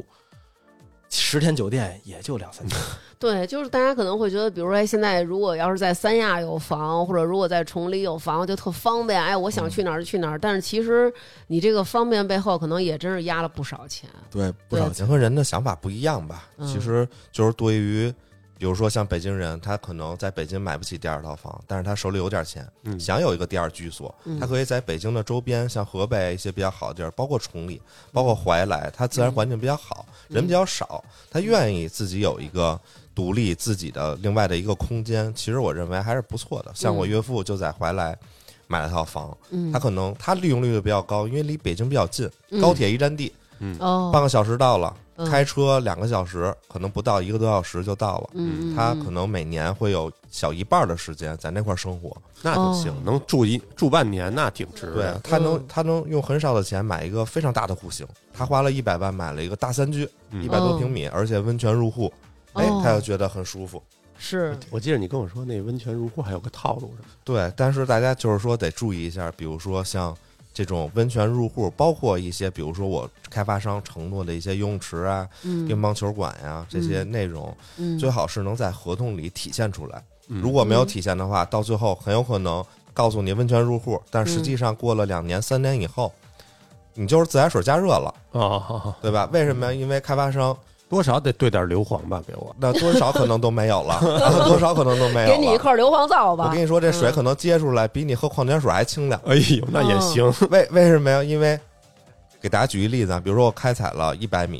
10天酒店也就2-3千。 对，就是大家可能会觉得，比如说现在如果要是在三亚有房，或者如果在崇礼有房，就特方便。我想去哪儿就去哪儿。但是其实你这个方便背后，可能也真是压了不少钱。 对，不少钱。 人和人的想法不一样吧？其实就是对于，比如说像北京人，他可能在北京买不起第2套房，但是他手里有点钱，想有一个第2居所，他可以在北京的周边，像河北一些比较好的地儿，包括崇礼，包括怀来，它自然环境比较好，人比较少，他愿意自己有一个独立自己的另外的一个空间，其实我认为还是不错的。像我岳父就在怀来买了套房，他可能他利用率比较高，因为离北京比较近，高铁1站地，半个小时到了，开车2个小时，可能不到1个多小时就到了。他可能每年会有小一半的时间在那块生活， 那就行，能住半年，那挺值的。 对，他能用很少的钱买一个非常大的户型，他花了100万买了一个大3居，100多平米，而且温泉入户。他就觉得很舒服。 是我记得你跟我说那温泉入户还有个套路。 对，但是大家就是说得注意一下，比如说像这种温泉入户，包括一些比如说我开发商承诺的一些游泳池啊、乒乓球馆呀这些内容，最好是能在合同里体现出来。如果没有体现的话，到最后很有可能告诉你温泉入户，但实际上过了2年3年以后，你就是自来水加热了，对吧？为什么？因为开发商多少得兑点硫磺吧，给我。 那多少可能都没有了，多少可能都没有了。 给你一块硫磺皂吧。 我跟你说，这水可能接出来比你喝矿泉水还清凉。 哎呦，那也行。 为什么呀？因为给大家举一例子啊，比如说我开采了100米，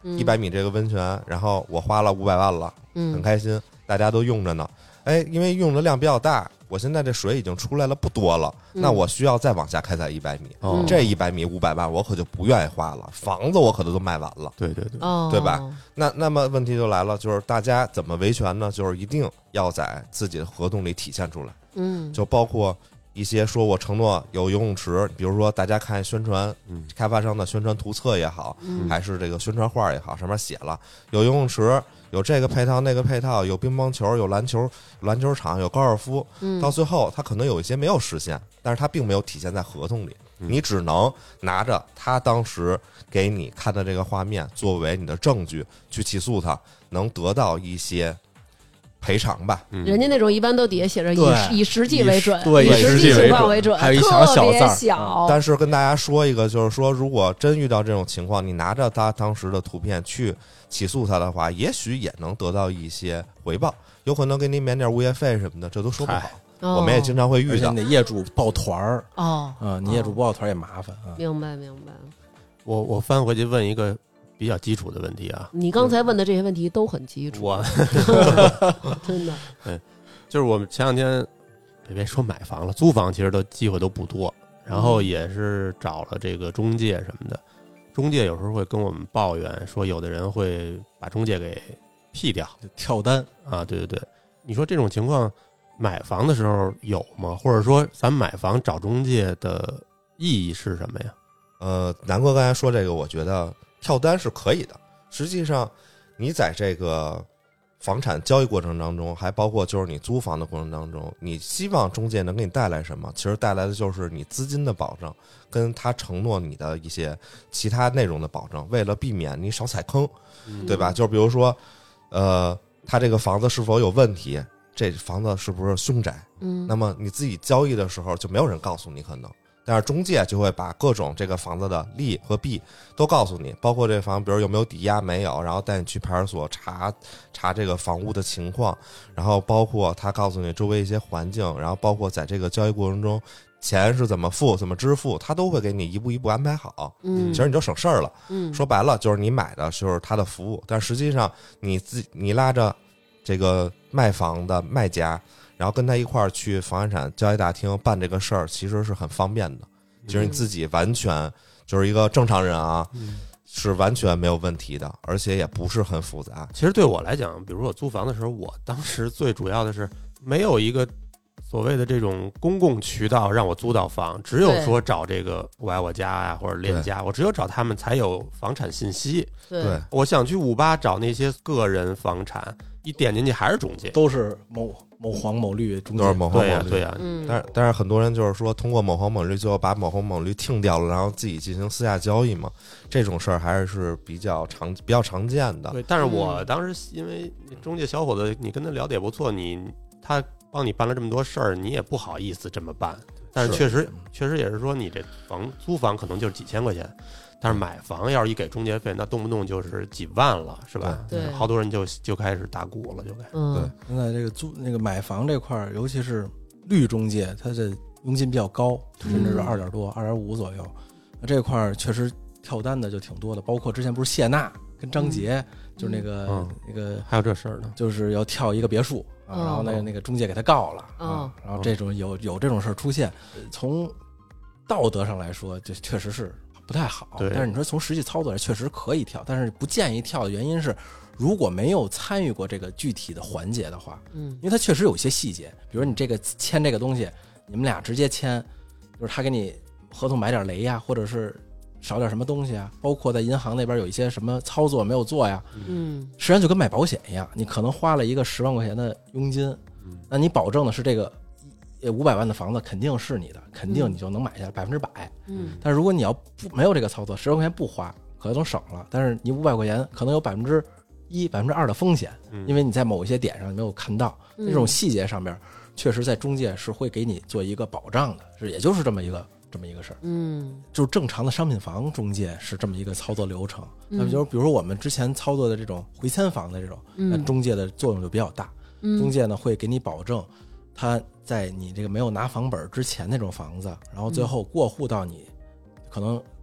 100米这个温泉，然后我花了500万了，很开心，大家都用着呢。哎，因为用的量比较大，我现在这水已经出来了不多了，那我需要再往下开采100米，这100米500万我可就不愿意花了，房子我可都卖完了， 对对对， 对吧？那么问题就来了，就是大家怎么维权呢？就是一定要在自己的合同里体现出来，就包括一些说我承诺有游泳池，比如说大家看宣传，开发商的宣传图册也好，还是这个宣传画也好，上面写了有游泳池，有这个配套那个配套，有乒乓球，有篮球场，有高尔夫，到最后它可能有一些没有实现，但是它并没有体现在合同里，你只能拿着他当时给你看的这个画面作为你的证据去起诉他，能得到一些赔偿吧。 人家那种一般都底下写着以实际为准， 对， 以实际情况为准， 还有一小小字小。 但是跟大家说一个，就是说，如果真遇到这种情况，你拿着他当时的图片去起诉他的话，也许也能得到一些回报，有可能给你免点物业费什么的，这都说不好。我们也经常会遇到。 你得业主抱团儿你业主抱团也麻烦啊。 明白。 我翻回去问一个比较基础的问题啊， 你刚才问的这些问题都很基础，真的。 对，就是我们前两天别说买房了，租房其实机会都不多，然后也是找了这个中介什么的，中介有时候会跟我们抱怨说，有的人会把中介给辟掉， 跳单啊，对对对，你说这种情况买房的时候有吗？或者说咱买房找中介的意义是什么呀？ 南哥刚才说这个，我觉得跳单是可以的。实际上，你在这个房产交易过程当中，还包括就是你租房的过程当中，你希望中介能给你带来什么？其实带来的就是你资金的保证，跟他承诺你的一些其他内容的保证，为了避免你少踩坑，对吧？就比如说，他这个房子是否有问题，这房子是不是凶宅？那么你自己交易的时候就没有人告诉你可能。但是中介就会把各种这个房子的利和弊都告诉你，包括这房比如有没有抵押没有，然后带你去派出所查这个房屋的情况，然后包括他告诉你周围一些环境，然后包括在这个交易过程中钱是怎么付怎么支付，他都会给你一步一步安排好。其实你就省事儿了。说白了就是你买的就是他的服务，但实际上你拉着这个卖房的卖家，然后跟他一块儿去房地产交易大厅办这个事儿，其实是很方便的。其实你自己完全就是一个正常人啊，是完全没有问题的，而且也不是很复杂。 其实对我来讲，比如说我租房的时候，我当时最主要的是没有一个所谓的这种公共渠道让我租到房，只有说找这个我爱我家呀或者链家，我只有找他们才有房产信息。 对， 我想去58找那些个人房产，一点进去还是中介， 都是某黄某绿中介， 都是某黄某绿。 对呀， 但是很多人就是说，通过某黄某绿最后把某黄某绿听掉了，然后自己进行私下交易嘛，这种事儿还是比较常见的。 对，但是我当时因为中介小伙子，你跟他聊得也不错，他帮你办了这么多事儿，你也不好意思这么办。但是确实也是说，你这租房可能就是几千块钱。但是买房要是一给中介费，那动不动就是几万了，是吧？ 对， 好多人就开始打鼓了，就该。 对，现在这个买房这块儿，尤其是绿中介，它的佣金比较高，甚至是2.多、2.5左右。这块儿确实跳单的就挺多的，包括之前不是谢娜跟张杰，就是那个还有这事儿呢， 就是要跳一个别墅啊，然后那个中介给他告了啊，然后这种有这种事儿出现，从道德上来说，就确实是不太好。但是你说从实际操作上确实可以跳，但是不建议跳的原因是，如果没有参与过这个具体的环节的话，因为它确实有一些细节，比如你这个签这个东西，你们俩直接签，就是他给你合同买点雷呀，或者是少点什么东西啊，包括在银行那边有一些什么操作没有做呀，实际上就跟买保险一样，你可能花了一个10万块钱的佣金，那你保证的是这个500万的房子肯定是你的，肯定你就能买下来100%。但是如果你要没有这个操作，10万块钱不花，可能省了，但是你500块钱可能有1%、2%的风险，因为你在某一些点上没有看到，这种细节上面，确实在中介是会给你做一个保障的，也就是这么一个事儿。就是正常的商品房中介是这么一个操作流程。那就是比如说我们之前操作的这种回迁房的这种，那中介的作用就比较大。中介呢会给你保证，他在你这个没有拿房本之前那种房子，然后最后过户到你可能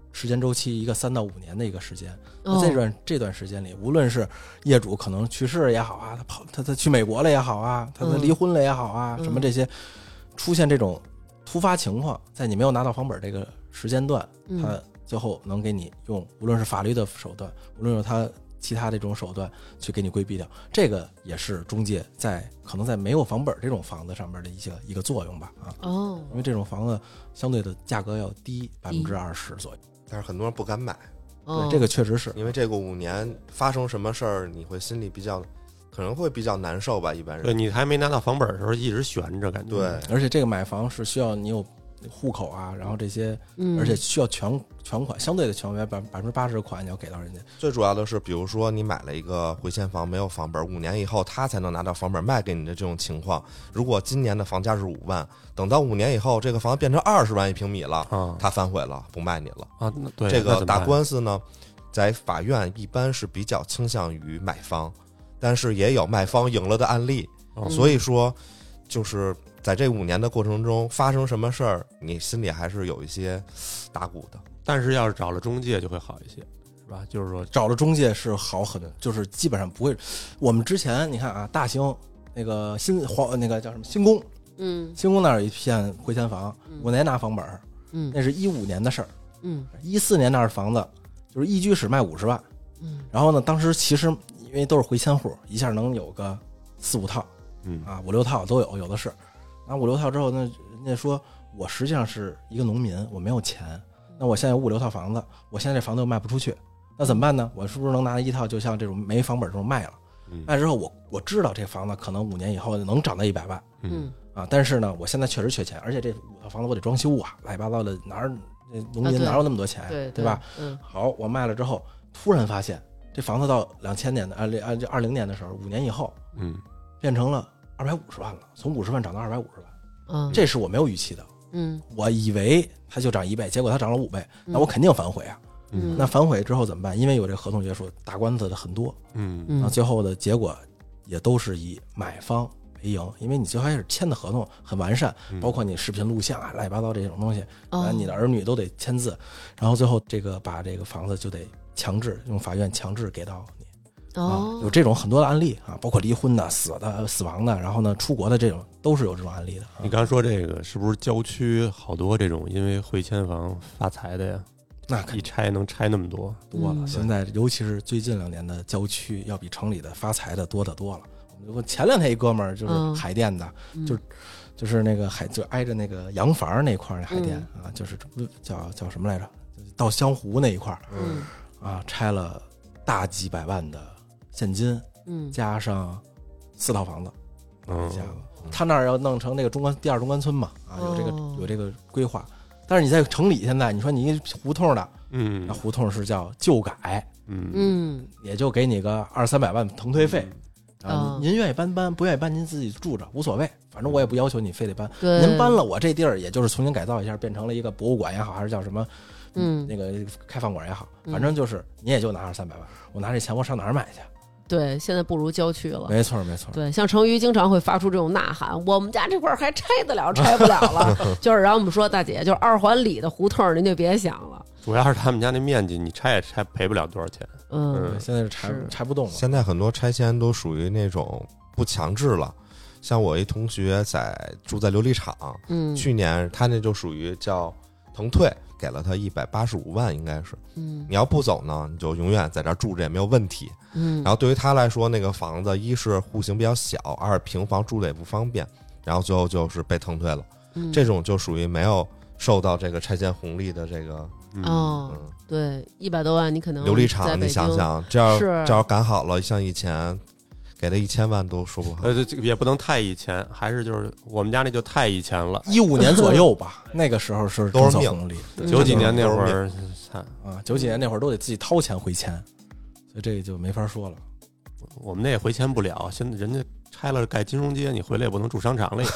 时间周期，一个3到5年的一个时间。那这段时间里，无论是业主可能去世也好啊，他去美国了也好啊，他离婚了也好啊，什么这些出现这种突发情况，在你没有拿到房本这个时间段，他最后能给你用无论是法律的手段，无论是他其他这种手段去给你规避掉，这个也是中介可能在没有房本这种房子上面的一个作用吧因为这种房子相对的价格要低20%左右， 但是很多人不敢买。 对，这个确实是因为这个5年发生什么事儿，你会心里可能会比较难受吧，一般人。 对，你还没拿到房本的时候一直悬着，感觉。 对， 而且这个买房是需要你有户口啊，然后这些，而且需要全款，相对的全款80%的款你要给到人家。 最主要的是，比如说你买了一个回迁房，没有房本，5年以后他才能拿到房本卖给你的这种情况，如果今年的房价是5万，等到5年以后这个房子变成20万1平米了，他反悔了，不卖你了啊。对， 这个打官司呢，在法院一般是比较倾向于买方，但是也有卖方赢了的案例，所以说就是在这5年的过程中发生什么事儿，你心里还是有一些打鼓的。 但是要是找了中介就会好一些，是吧？就是说找了中介是好就是基本上不会。我们之前你看啊，大兴那个那个叫什么新宫，新宫那儿有一片回迁房，5年拿房本，那是15年的事儿，14年那儿房子就是一居室卖50万，然后呢，当时其实因为都是回迁户，一下能有个4、5套，啊5、6套都有的是。拿5、6套之后，那人家说我实际上是一个农民，我没有钱，那我现在有5、6套房子，我现在这房子又卖不出去，那怎么办呢？我是不是能拿一套就像这种没房本这种卖了？卖之后我知道这房子可能5年以后能涨到100万，但是呢，我现在确实缺钱，而且这5套房子我得装修啊，乱七八糟的，农民哪有那么多钱，对吧？好，我卖了之后，突然发现这房子到2000年的2020年的时候，5年以后，变成了250万了，从50万涨到250万，这是我没有预期的，我以为它就涨1倍，结果它涨了5倍，那我肯定反悔啊，那反悔之后怎么办？因为有这个合同约束，打官司的很多，那最后的结果也都是以买方为赢，因为你最开始签的合同很完善，包括你视频录像啊、乱七八糟这种东西，你的儿女都得签字，然后最后把这个房子就得用法院强制给到你。有这种很多的案例啊，包括离婚的、死亡的，然后呢出国的这种都是有这种案例的。 你刚说这个是不是郊区好多这种因为回迁房发财的呀？ 那一拆能拆那么多了，现在尤其是最近2年的郊区，要比城里的发财的多得多了。我前2天一哥们儿就是海淀的，就是那个就挨着那个洋房那块儿的海淀啊，就是叫什么来着？到湘湖那一块儿，拆了大几百万的现金，加上4套房子，他那儿要弄成那个第2中关村嘛，有这个规划。但是你在城里现在，你说你一胡同的，那胡同是叫旧改，也就给你个200、300万腾退费，您愿意搬，不愿意搬您自己住着无所谓，反正我也不要求你非得搬。您搬了，我这地儿也就是重新改造一下，变成了一个博物馆也好，还是叫什么那个开饭馆也好，反正就是你也就拿200、300万，我拿这钱我上哪儿买去？ 对，现在不如郊区了。 没错。 对，像成瑜经常会发出这种呐喊：“我们家这块还拆得了，拆不了了。”就是然后我们说大姐，就是2环里的胡同您就别想了。 主要是他们家那面积，你拆也拆赔不了多少钱。 现在是拆不动了。 现在很多拆迁都属于那种不强制了。像我一同学住在琉璃厂，去年他那就属于叫腾退，给了他185万，应该是。你要不走呢，你就永远在这儿住着也没有问题。然后对于他来说，那个房子一是户型比较小，2平房住的也不方便，然后最后就是被腾退了。这种就属于没有受到这个拆迁红利的这个。 对，100多万你可能琉璃厂，你想想，这要赶好了，像以前给他1000万都说不好。 这个也不能太以前，还是就是我们家那就太以前了 ，15年左右吧，那个时候是都是红利。 90几年那会儿 90几年那会儿都得自己掏钱回迁，所以这个就没法说了。 我们那也回迁不了，现在人家拆了盖金融街，你回来也不能住商场了。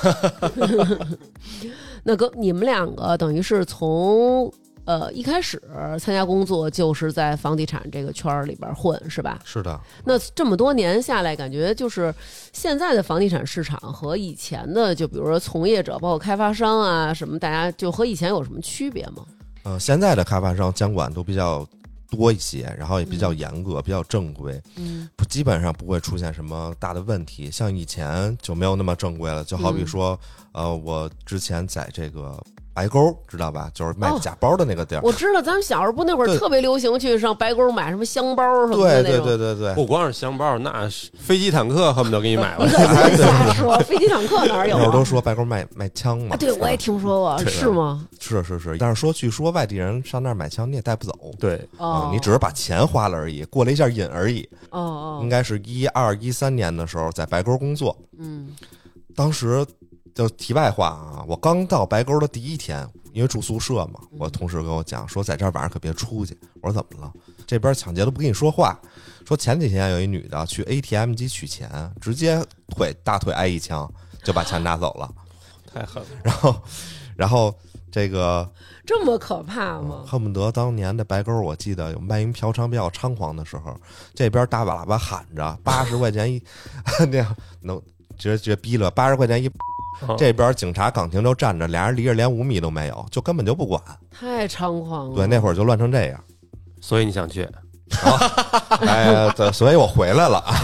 那你们2个等于是从一开始参加工作就是在房地产这个圈里边混，是吧？ 是的。 那这么多年下来，感觉就是现在的房地产市场和以前的，就比如说从业者包括开发商啊什么，大家就和以前有什么区别吗？ 现在的开发商监管都比较多一些，然后也比较严格，比较正规，基本上不会出现什么大的问题。像以前就没有那么正规了，就好比说，我之前在这个白沟知道吧，就是卖假包的那个地儿。 我知道，咱们小时候不那会儿特别流行去上白沟买什么香包什么的那种。 对， 不光是香包，那飞机坦克恨不得给你买了。 瞎说，飞机坦克哪有？ 那会儿都说白沟卖枪嘛。 对，我也听说过，是吗？ 是，但是据说外地人上那儿买枪你也带不走。 对， 你只是把钱花了而已，过了一下瘾而已。应该是12、13年的时候在白沟工作。当时。就题外话啊，我刚到白沟的第一天，因为住宿舍嘛，我同事跟我讲说，在这儿晚上可别出去。我说怎么了？这边抢劫都不跟你说话。说前几天有一女的去 ATM 机取钱，直接大腿挨一枪就把钱拿走了， 太狠了。 然后这个这么可怕吗？ 恨不得当年的白沟，我记得有卖淫嫖娼比较猖狂的时候，这边大喇叭喊着80块钱一，那样能直接逼了80块钱一。这边警察岗亭就站着，俩人离着连5米都没有，就根本就不管， 太猖狂了。 对，那会儿就乱成这样， 所以你想去？ 所以我回来了，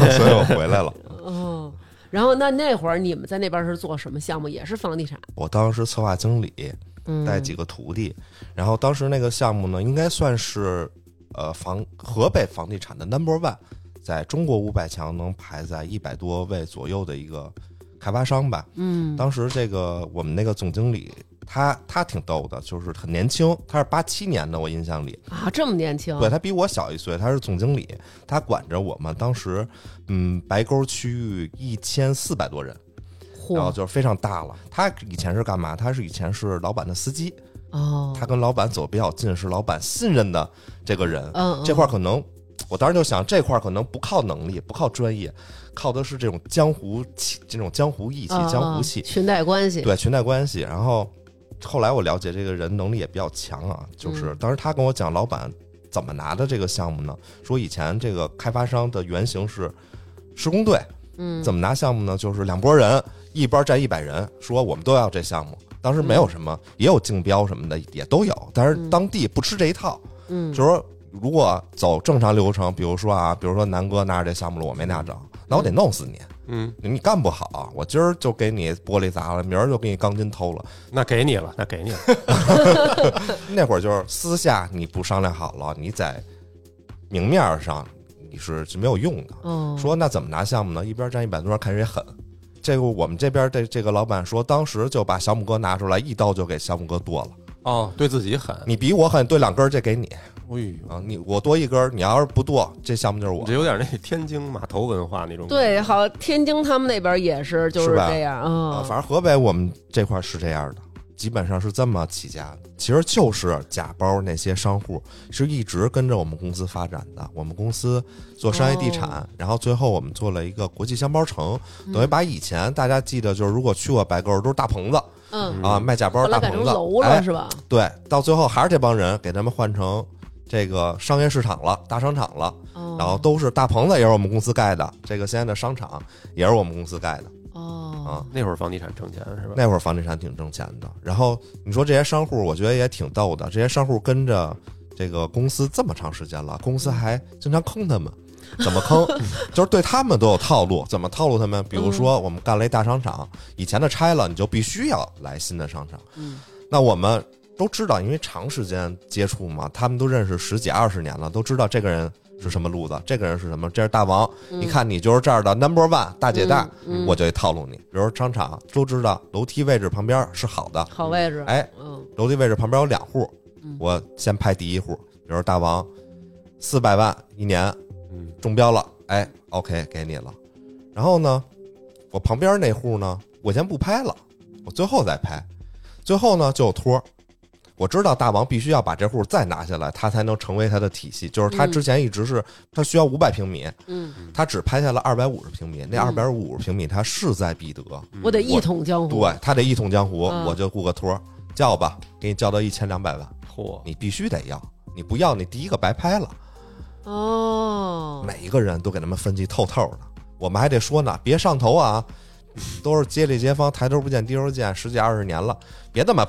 然后那会儿你们在那边是做什么项目？也是房地产？ 我当时策划经理，带几个徒弟，然后当时那个项目呢，应该算是河北房地产的 No.1， 在中国500强能排在100多位左右的一个开发商吧。当时这个我们那个总经理他挺逗的，就是很年轻，他是87年的，我印象里啊，这么年轻。 对，他比我小1岁，他是总经理，他管着我们当时白沟区域1400多人，然后就是非常大了。他以前是干嘛？他以前是老板的司机。他跟老板走比较近，是老板信任的这个人。这块可能我当时就想，这块可能不靠能力，不靠专业，靠的是这种江湖气，这种江湖义气、江湖气、 裙带关系。 对，裙带关系。然后后来我了解这个人能力也比较强啊，就是当时他跟我讲老板怎么拿的这个项目呢？说以前这个开发商的原型是施工队，怎么拿项目呢？就是2拨人，一边站100人，说我们都要这项目。当时没有什么，也有竞标什么的，也都有，但是当地不吃这一套。就是说如果走正常流程，比如说南哥拿着这项目了，我没拿着，那我得弄死你。你干不好，我今儿就给你玻璃砸了，明儿就给你钢筋偷了， 那给你了。 那会儿就是私下你不商量好了，你在明面上你是没有用的。说那怎么拿项目呢？一边站100多人，看谁狠。这个我们这边的这个老板说，当时就把小拇哥拿出来，一刀就给小拇哥剁了。 对自己狠， 你比我狠，对2根这给你。我多1根，你要是不剁，这项目就是我。 这有点那天津码头文化那种。 对，好，天津他们那边也是，就是这样。 反正河北我们这块是这样的，基本上是这么起家的。其实就是假包那些商户是一直跟着我们公司发展的。我们公司做商业地产，然后最后我们做了一个国际箱包城，等于把以前大家记得就是如果去过白沟都是大棚子，卖假包大棚子， 楼了是吧？ 对，到最后还是这帮人给他们换成这个商业市场了，大商场了，然后都是大棚子，也是我们公司盖的。这个现在的商场也是我们公司盖的。 那会儿房地产挣钱是吧？ 那会儿房地产挺挣钱的。然后你说这些商户，我觉得也挺逗的。这些商户跟着这个公司这么长时间了，公司还经常坑他们。怎么坑？就是对他们都有套路。怎么套路他们？比如说我们干了一大商场，以前的拆了，你就必须要来新的商场。那我们都知道，因为长时间接触嘛，他们都认识10几20年了，都知道这个人是什么路子，这个人是什么，这是大王。你看你就是这儿的 No.1 大姐大，我就得套路你。比如商场都知道楼梯位置旁边是好的， 好位置。 楼梯位置旁边有2户，我先拍第1户。比如大王400万1年，中标了，OK 给你了。然后呢，我旁边那户呢，我先不拍了，我最后再拍。最后呢就有托。我知道大王必须要把这户再拿下来，他才能成为他的体系。就是他之前一直是他需要500平米，他只拍下了250平米，那250平米他势在必得。 我得一统江湖， 对，他得一统江湖，我就雇个托叫吧，给你叫到1200万，你必须得要，你不要你第一个白拍了。每一个人都给他们分析透透的。我们还得说呢，别上头啊，都是街里街坊抬头不见低头见，10几20年了，别这么拍。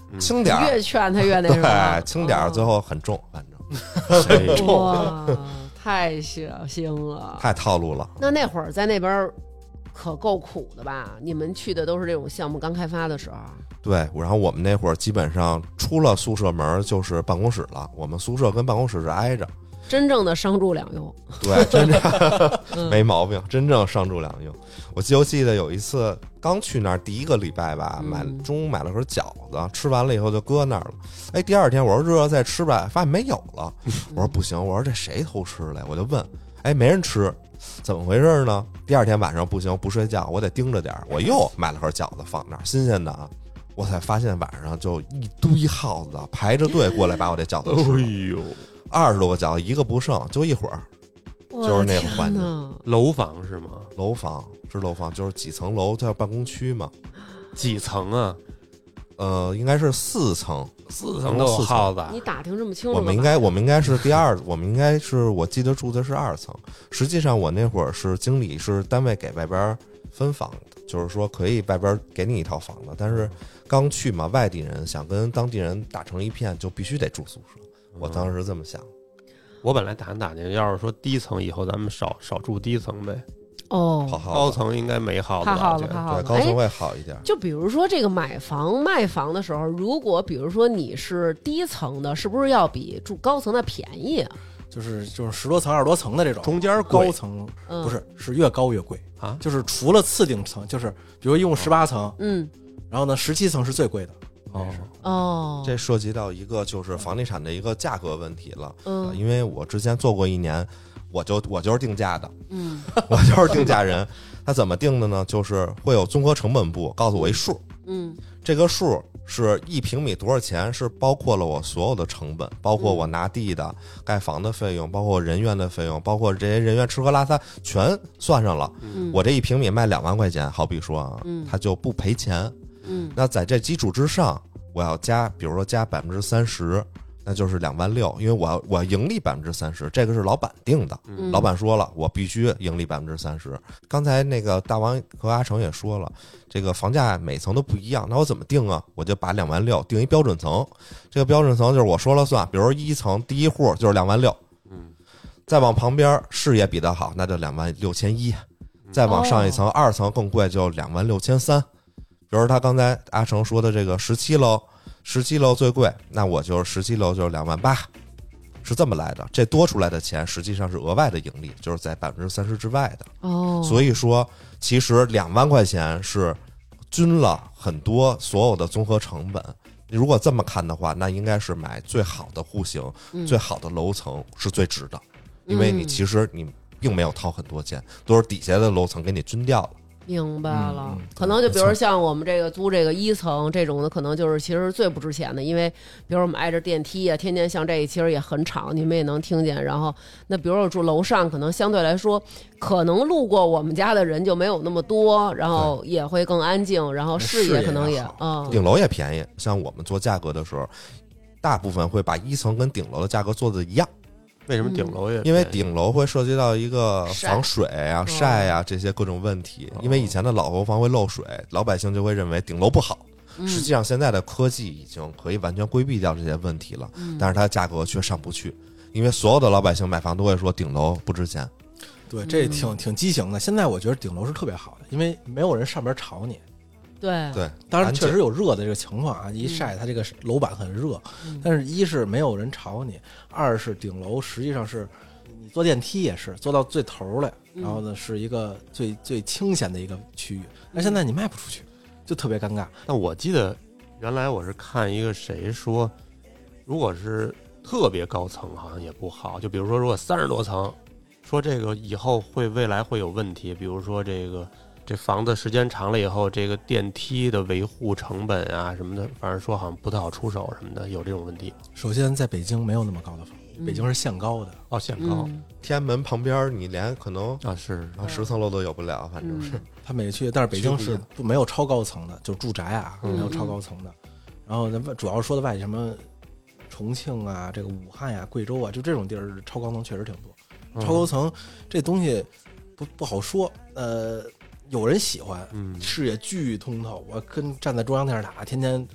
轻点儿， 越劝他越那什么， 对，轻点儿，最后很重，反正哇，太血腥了， 太套路了。 那会儿在那边可够苦的吧？你们去的都是这种项目刚开发的时候。 对，然后我们那会儿基本上出了宿舍门就是办公室了，我们宿舍跟办公室是挨着。 真正的商住两用， 对，真正没毛病，真正商住两用。我记得有一次刚去那儿第一个礼拜吧，中午买了盒饺子，吃完了以后就搁那儿了。哎，第二天我说热再吃吧，发现没有了。我说不行，我说这谁偷吃了呀？我就问，哎，没人吃，怎么回事呢？第二天晚上不行，不睡觉，我得盯着点儿。我又买了盒饺子放那儿，新鲜的啊。我才发现晚上就一堆耗子排着队过来把我这饺子吃了。 哎呦 ，20多个饺子一个不剩，就一会儿，就是那个环境。 楼房是吗？ 楼房是楼房，就是几层楼叫办公区嘛。 几层啊？ 应该是4层 ，4层都有耗子。 你打听这么清楚？ 我们应该是第二，我们应该是我记得住的是2层。实际上我那会儿是经理，是单位给外边分房的，就是说可以外边给你一套房子，但是刚去嘛，外地人想跟当地人打成一片，就必须得住宿舍。我当时是这么想。 我本来打听，要是说低层以后咱们少住低层呗。 哦， 高层应该没耗子， 怕耗子，对， 高层会好一点。 就比如说这个买房卖房的时候，如果比如说你是低层的，是不是要比住高层的便宜啊？ 就是10多层、20多层的这种， 中间高层不是越高越贵啊？ 就是除了次顶层，就是比如一共18层，然后呢17层是最贵的。 哦， 这涉及到一个就是房地产的一个价格问题了。因为我之前做过1年，我就是定价的，我就是定价人。他怎么定的呢？就是会有综合成本部告诉我一数，这个数是1平米多少钱，是包括了我所有的成本，包括我拿地的、盖房的费用，包括人员的费用，包括这些人员吃喝拉撒全算上了。我这1平米卖2万块钱，好比说啊，他就不赔钱。那在这基础之上，我要加，比如说加30%，那就是2万6，因为我要盈利30%，这个是老板定的。老板说了，我必须盈利30%。刚才那个大王和阿成也说了，这个房价每层都不一样，那我怎么定啊？我就把2万6定一标准层，这个标准层就是我说了算，比如1层第一户就是2万6，再往旁边视野比较好，那就2万6100，再往上一层2层更贵，就2万6300。比如他刚才阿成说的这个17楼最贵，那我就是17楼就是2万8，是这么来的。这多出来的钱实际上是额外的盈利，就是在30%之外的。所以说其实2万块钱是均了很多所有的综合成本。如果这么看的话，那应该是买最好的户型、最好的楼层是最值的，因为你其实你并没有掏很多钱，都是底下的楼层给你均掉了。 明白了，可能就比如像我们这个租这个1层这种的，可能就是其实最不值钱的，因为比如我们挨着电梯啊，天天像这其实也很吵，你们也能听见。然后那比如我住楼上，可能相对来说，可能路过我们家的人就没有那么多，然后也会更安静，然后视野可能也顶楼也便宜。像我们做价格的时候，大部分会把1层跟顶楼的价格做的一样。 为什么顶楼也？ 因为顶楼会涉及到一个防水啊、晒啊这些各种问题。因为以前的老楼房会漏水，老百姓就会认为顶楼不好。实际上现在的科技已经可以完全规避掉这些问题了，但是它的价格却上不去，因为所有的老百姓买房都会说顶楼不值钱。 对，这挺畸形的。现在我觉得顶楼是特别好的，因为没有人上边吵你。 对， 当然确实有热的这个情况啊，一晒它这个楼板很热，但是一是没有人吵你，二是顶楼实际上是你坐电梯也是坐到最头来，然后呢是一个最清闲的一个区域，但现在你卖不出去，就特别尴尬。 但我记得原来我是看一个谁说，如果是特别高层好像也不好，就比如说如果30多层，说这个以后未来会有问题，比如说这房子时间长了以后，这个电梯的维护成本啊什么的，反正说好像不太好出手什么的，有这种问题。 首先在北京没有那么高的房，北京是限高的。 限高。 天安门旁边你连可能是 10层楼都有不了，反正是。 他每去，但是北京是没有超高层的，就住宅啊，没有超高层的。然后主要说的外地什么重庆啊、这个武汉呀、贵州啊，就这种地儿超高层确实挺多。超高层这东西不好说，有人喜欢，视野巨通透。我跟站在中央电视塔，天天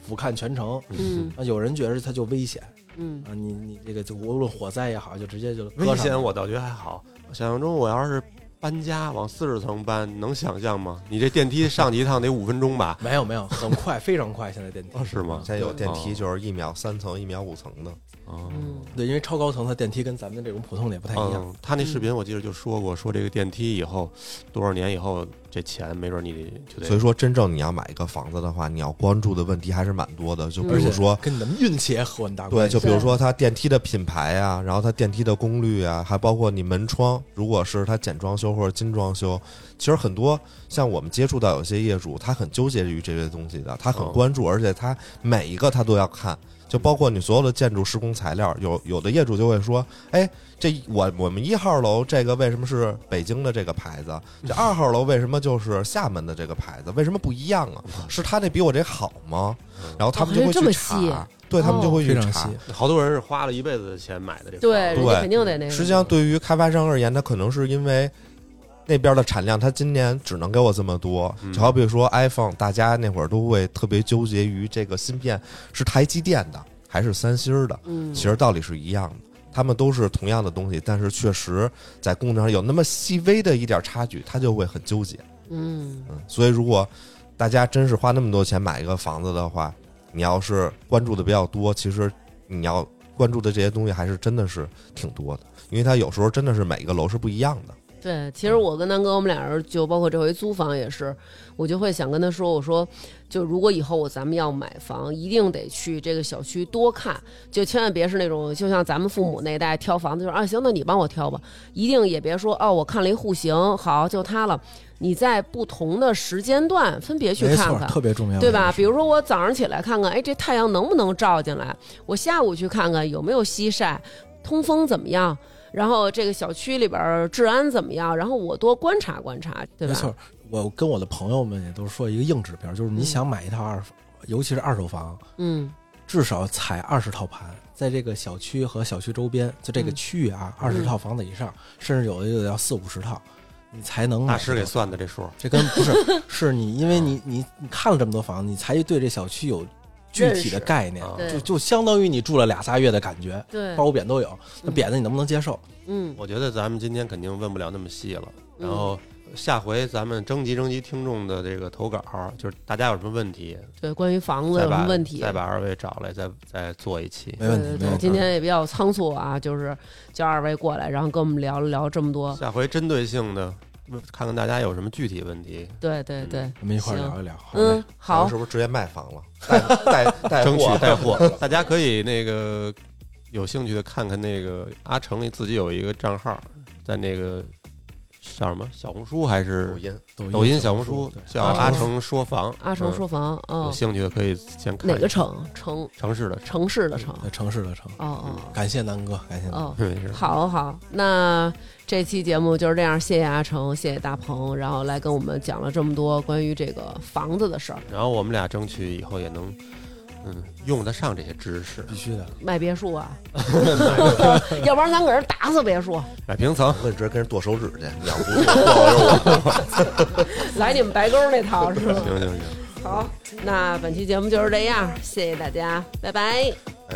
俯瞰全城。有人觉得它就危险。你这个就无论火灾也好，就直接就危险。我倒觉得还好，想象中我要是搬家往40层搬，能想象吗？你这电梯上去一趟得5分钟吧？ 没有，很快，非常快。现在电梯是吗？ 现在有电梯就是1秒3层，1秒5层的。 对，因为超高层的电梯跟咱们这种普通的也不太一样。 他那视频我记得就说过，说这个电梯以后多少年以后，这钱没准你就得。 所以说，真正你要买一个房子的话，你要关注的问题还是蛮多的。就比如说， 跟你的运气也很大关系。对，就比如说它电梯的品牌啊，然后它电梯的功率啊，还包括你门窗，如果是它简装修或者精装修，其实很多像我们接触到有些业主，他很纠结于这些东西的，他很关注，而且他每一个他都要看。就包括你所有的建筑施工材料，有的业主就会说，哎，这我们1号楼这个为什么是北京的这个牌子？这2号楼为什么就是厦门的这个牌子？为什么不一样啊？是他这比我这好吗？然后他们就会去查，对他们就会去查。 好多人是花了一辈子的钱买的这个， 对，肯定得那个。 实际上，对于开发商而言，他可能是因为那边的产量，他今年只能给我这么多。就好比说 iPhone， 大家那会儿都会特别纠结于这个芯片是台积电的还是三星的，其实道理是一样的，他们都是同样的东西，但是确实在工程上有那么细微的一点差距，他就会很纠结。所以如果大家真是花那么多钱买一个房子的话，你要是关注的比较多，其实你要关注的这些东西还是真的是挺多的，因为它有时候真的是每个楼是不一样的。 对，其实我跟南哥我们俩人就包括这回租房也是，我就会想跟他说，我说就如果以后咱们要买房，一定得去这个小区多看，就千万别是那种就像咱们父母那代挑房子就是行，那你帮我挑吧，一定也别说我看了一户型好就它了，你在不同的时间段分别去看看， 特别重要， 对吧？比如说我早上起来看看，哎，这太阳能不能照进来？我下午去看看有没有西晒，通风怎么样？然后这个小区里边治安怎么样？然后我多观察观察，对吧？ 没错，我跟我的朋友们也都说一个硬指标，就是你想买一套尤其是二手房，至少踩20套盘，在这个小区和小区周边，就这个区域啊，20套房子以上，甚至有的要40-50套，你才能大师给算的这数。 这跟不是是你，因为你看了这么多房，你才对这小区有具体的概念，就相当于你住了2-3月的感觉， 对， 包扁都有。那扁的你能不能接受？ 我觉得咱们今天肯定问不了那么细了，然后下回咱们征集听众的这个投稿，就是大家有什么问题， 对，关于房子有什么问题， 再把2位找来，再做一期。 没问题。 对，今天也比较仓促啊，就是叫2位过来，然后跟我们聊了聊这么多。 下回针对性的看看大家有什么具体问题。 对， 我们一块聊一聊。 好， 是不是直接卖房了？ 争取带货。大家可以那个有兴趣的看看那个阿成自己有一个账号，在那个叫什么小红书还是抖音小红书叫阿成说房。 阿成说房， 有兴趣的可以先看。 哪个城市的城市的城。感谢南哥，感谢南哥。好，那这期节目就是这样，谢谢阿成，谢谢大鹏，然后来跟我们讲了这么多关于这个房子的事儿。 然后我们俩争取以后也能用得上这些知识。 必须的。 卖别墅啊，要不然咱搁这打死别墅。 买平层， 我直接跟人剁手指去，你要不剁来你们白沟那套是吧？ 行。 好，那本期节目就是这样，谢谢大家，拜拜。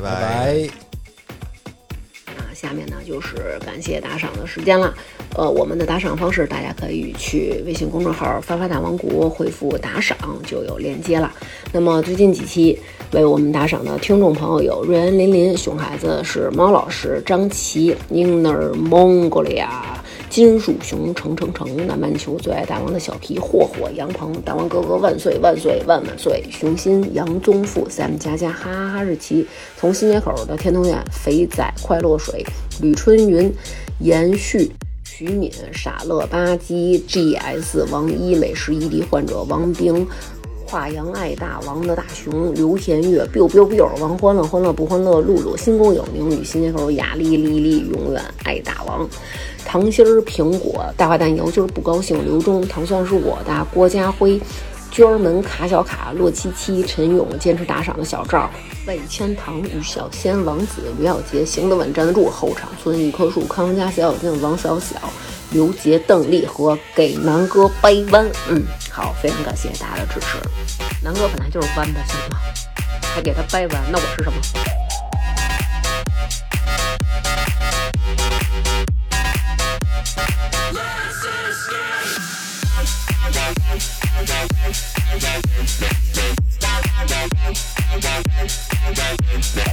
下面呢就是感谢打赏的时间了。我们的打赏方式，大家可以去微信公众号发大王国回复打赏就有链接了。那么最近几期为我们打赏的听众朋友有瑞恩林林、熊孩子是猫老师、张琪、Inner Mongolia、金属熊、程、南半球最爱大王的小皮、霍、杨鹏、大王哥哥万岁万岁万万岁、熊心、杨宗富、Sam 佳佳、哈日奇、从新街口的天通苑、肥仔、快落水、吕春云、延续、徐敏、傻乐吧唧、GS、王一、美食异地患者、王冰、华阳爱大王的大熊、刘田月、biu biu biu、王欢乐欢乐不欢乐、露露、新宫有宁与新街口雅丽丽丽永远爱大王、糖心儿苹果、大坏蛋油就是不高兴、刘忠、糖蒜是我的、郭家辉、娟门卡小卡、洛七七、陈勇、坚持打赏的小赵、魏千堂、于小仙、王子、吕小杰、行得稳站得住、后场村一棵树、康家小小静、王小小、刘杰、邓丽和给南哥掰弯。好，非常感谢大家的支持。南哥本来就是弯的，行吗？ 还给他掰完，那我是什么？ Yeah.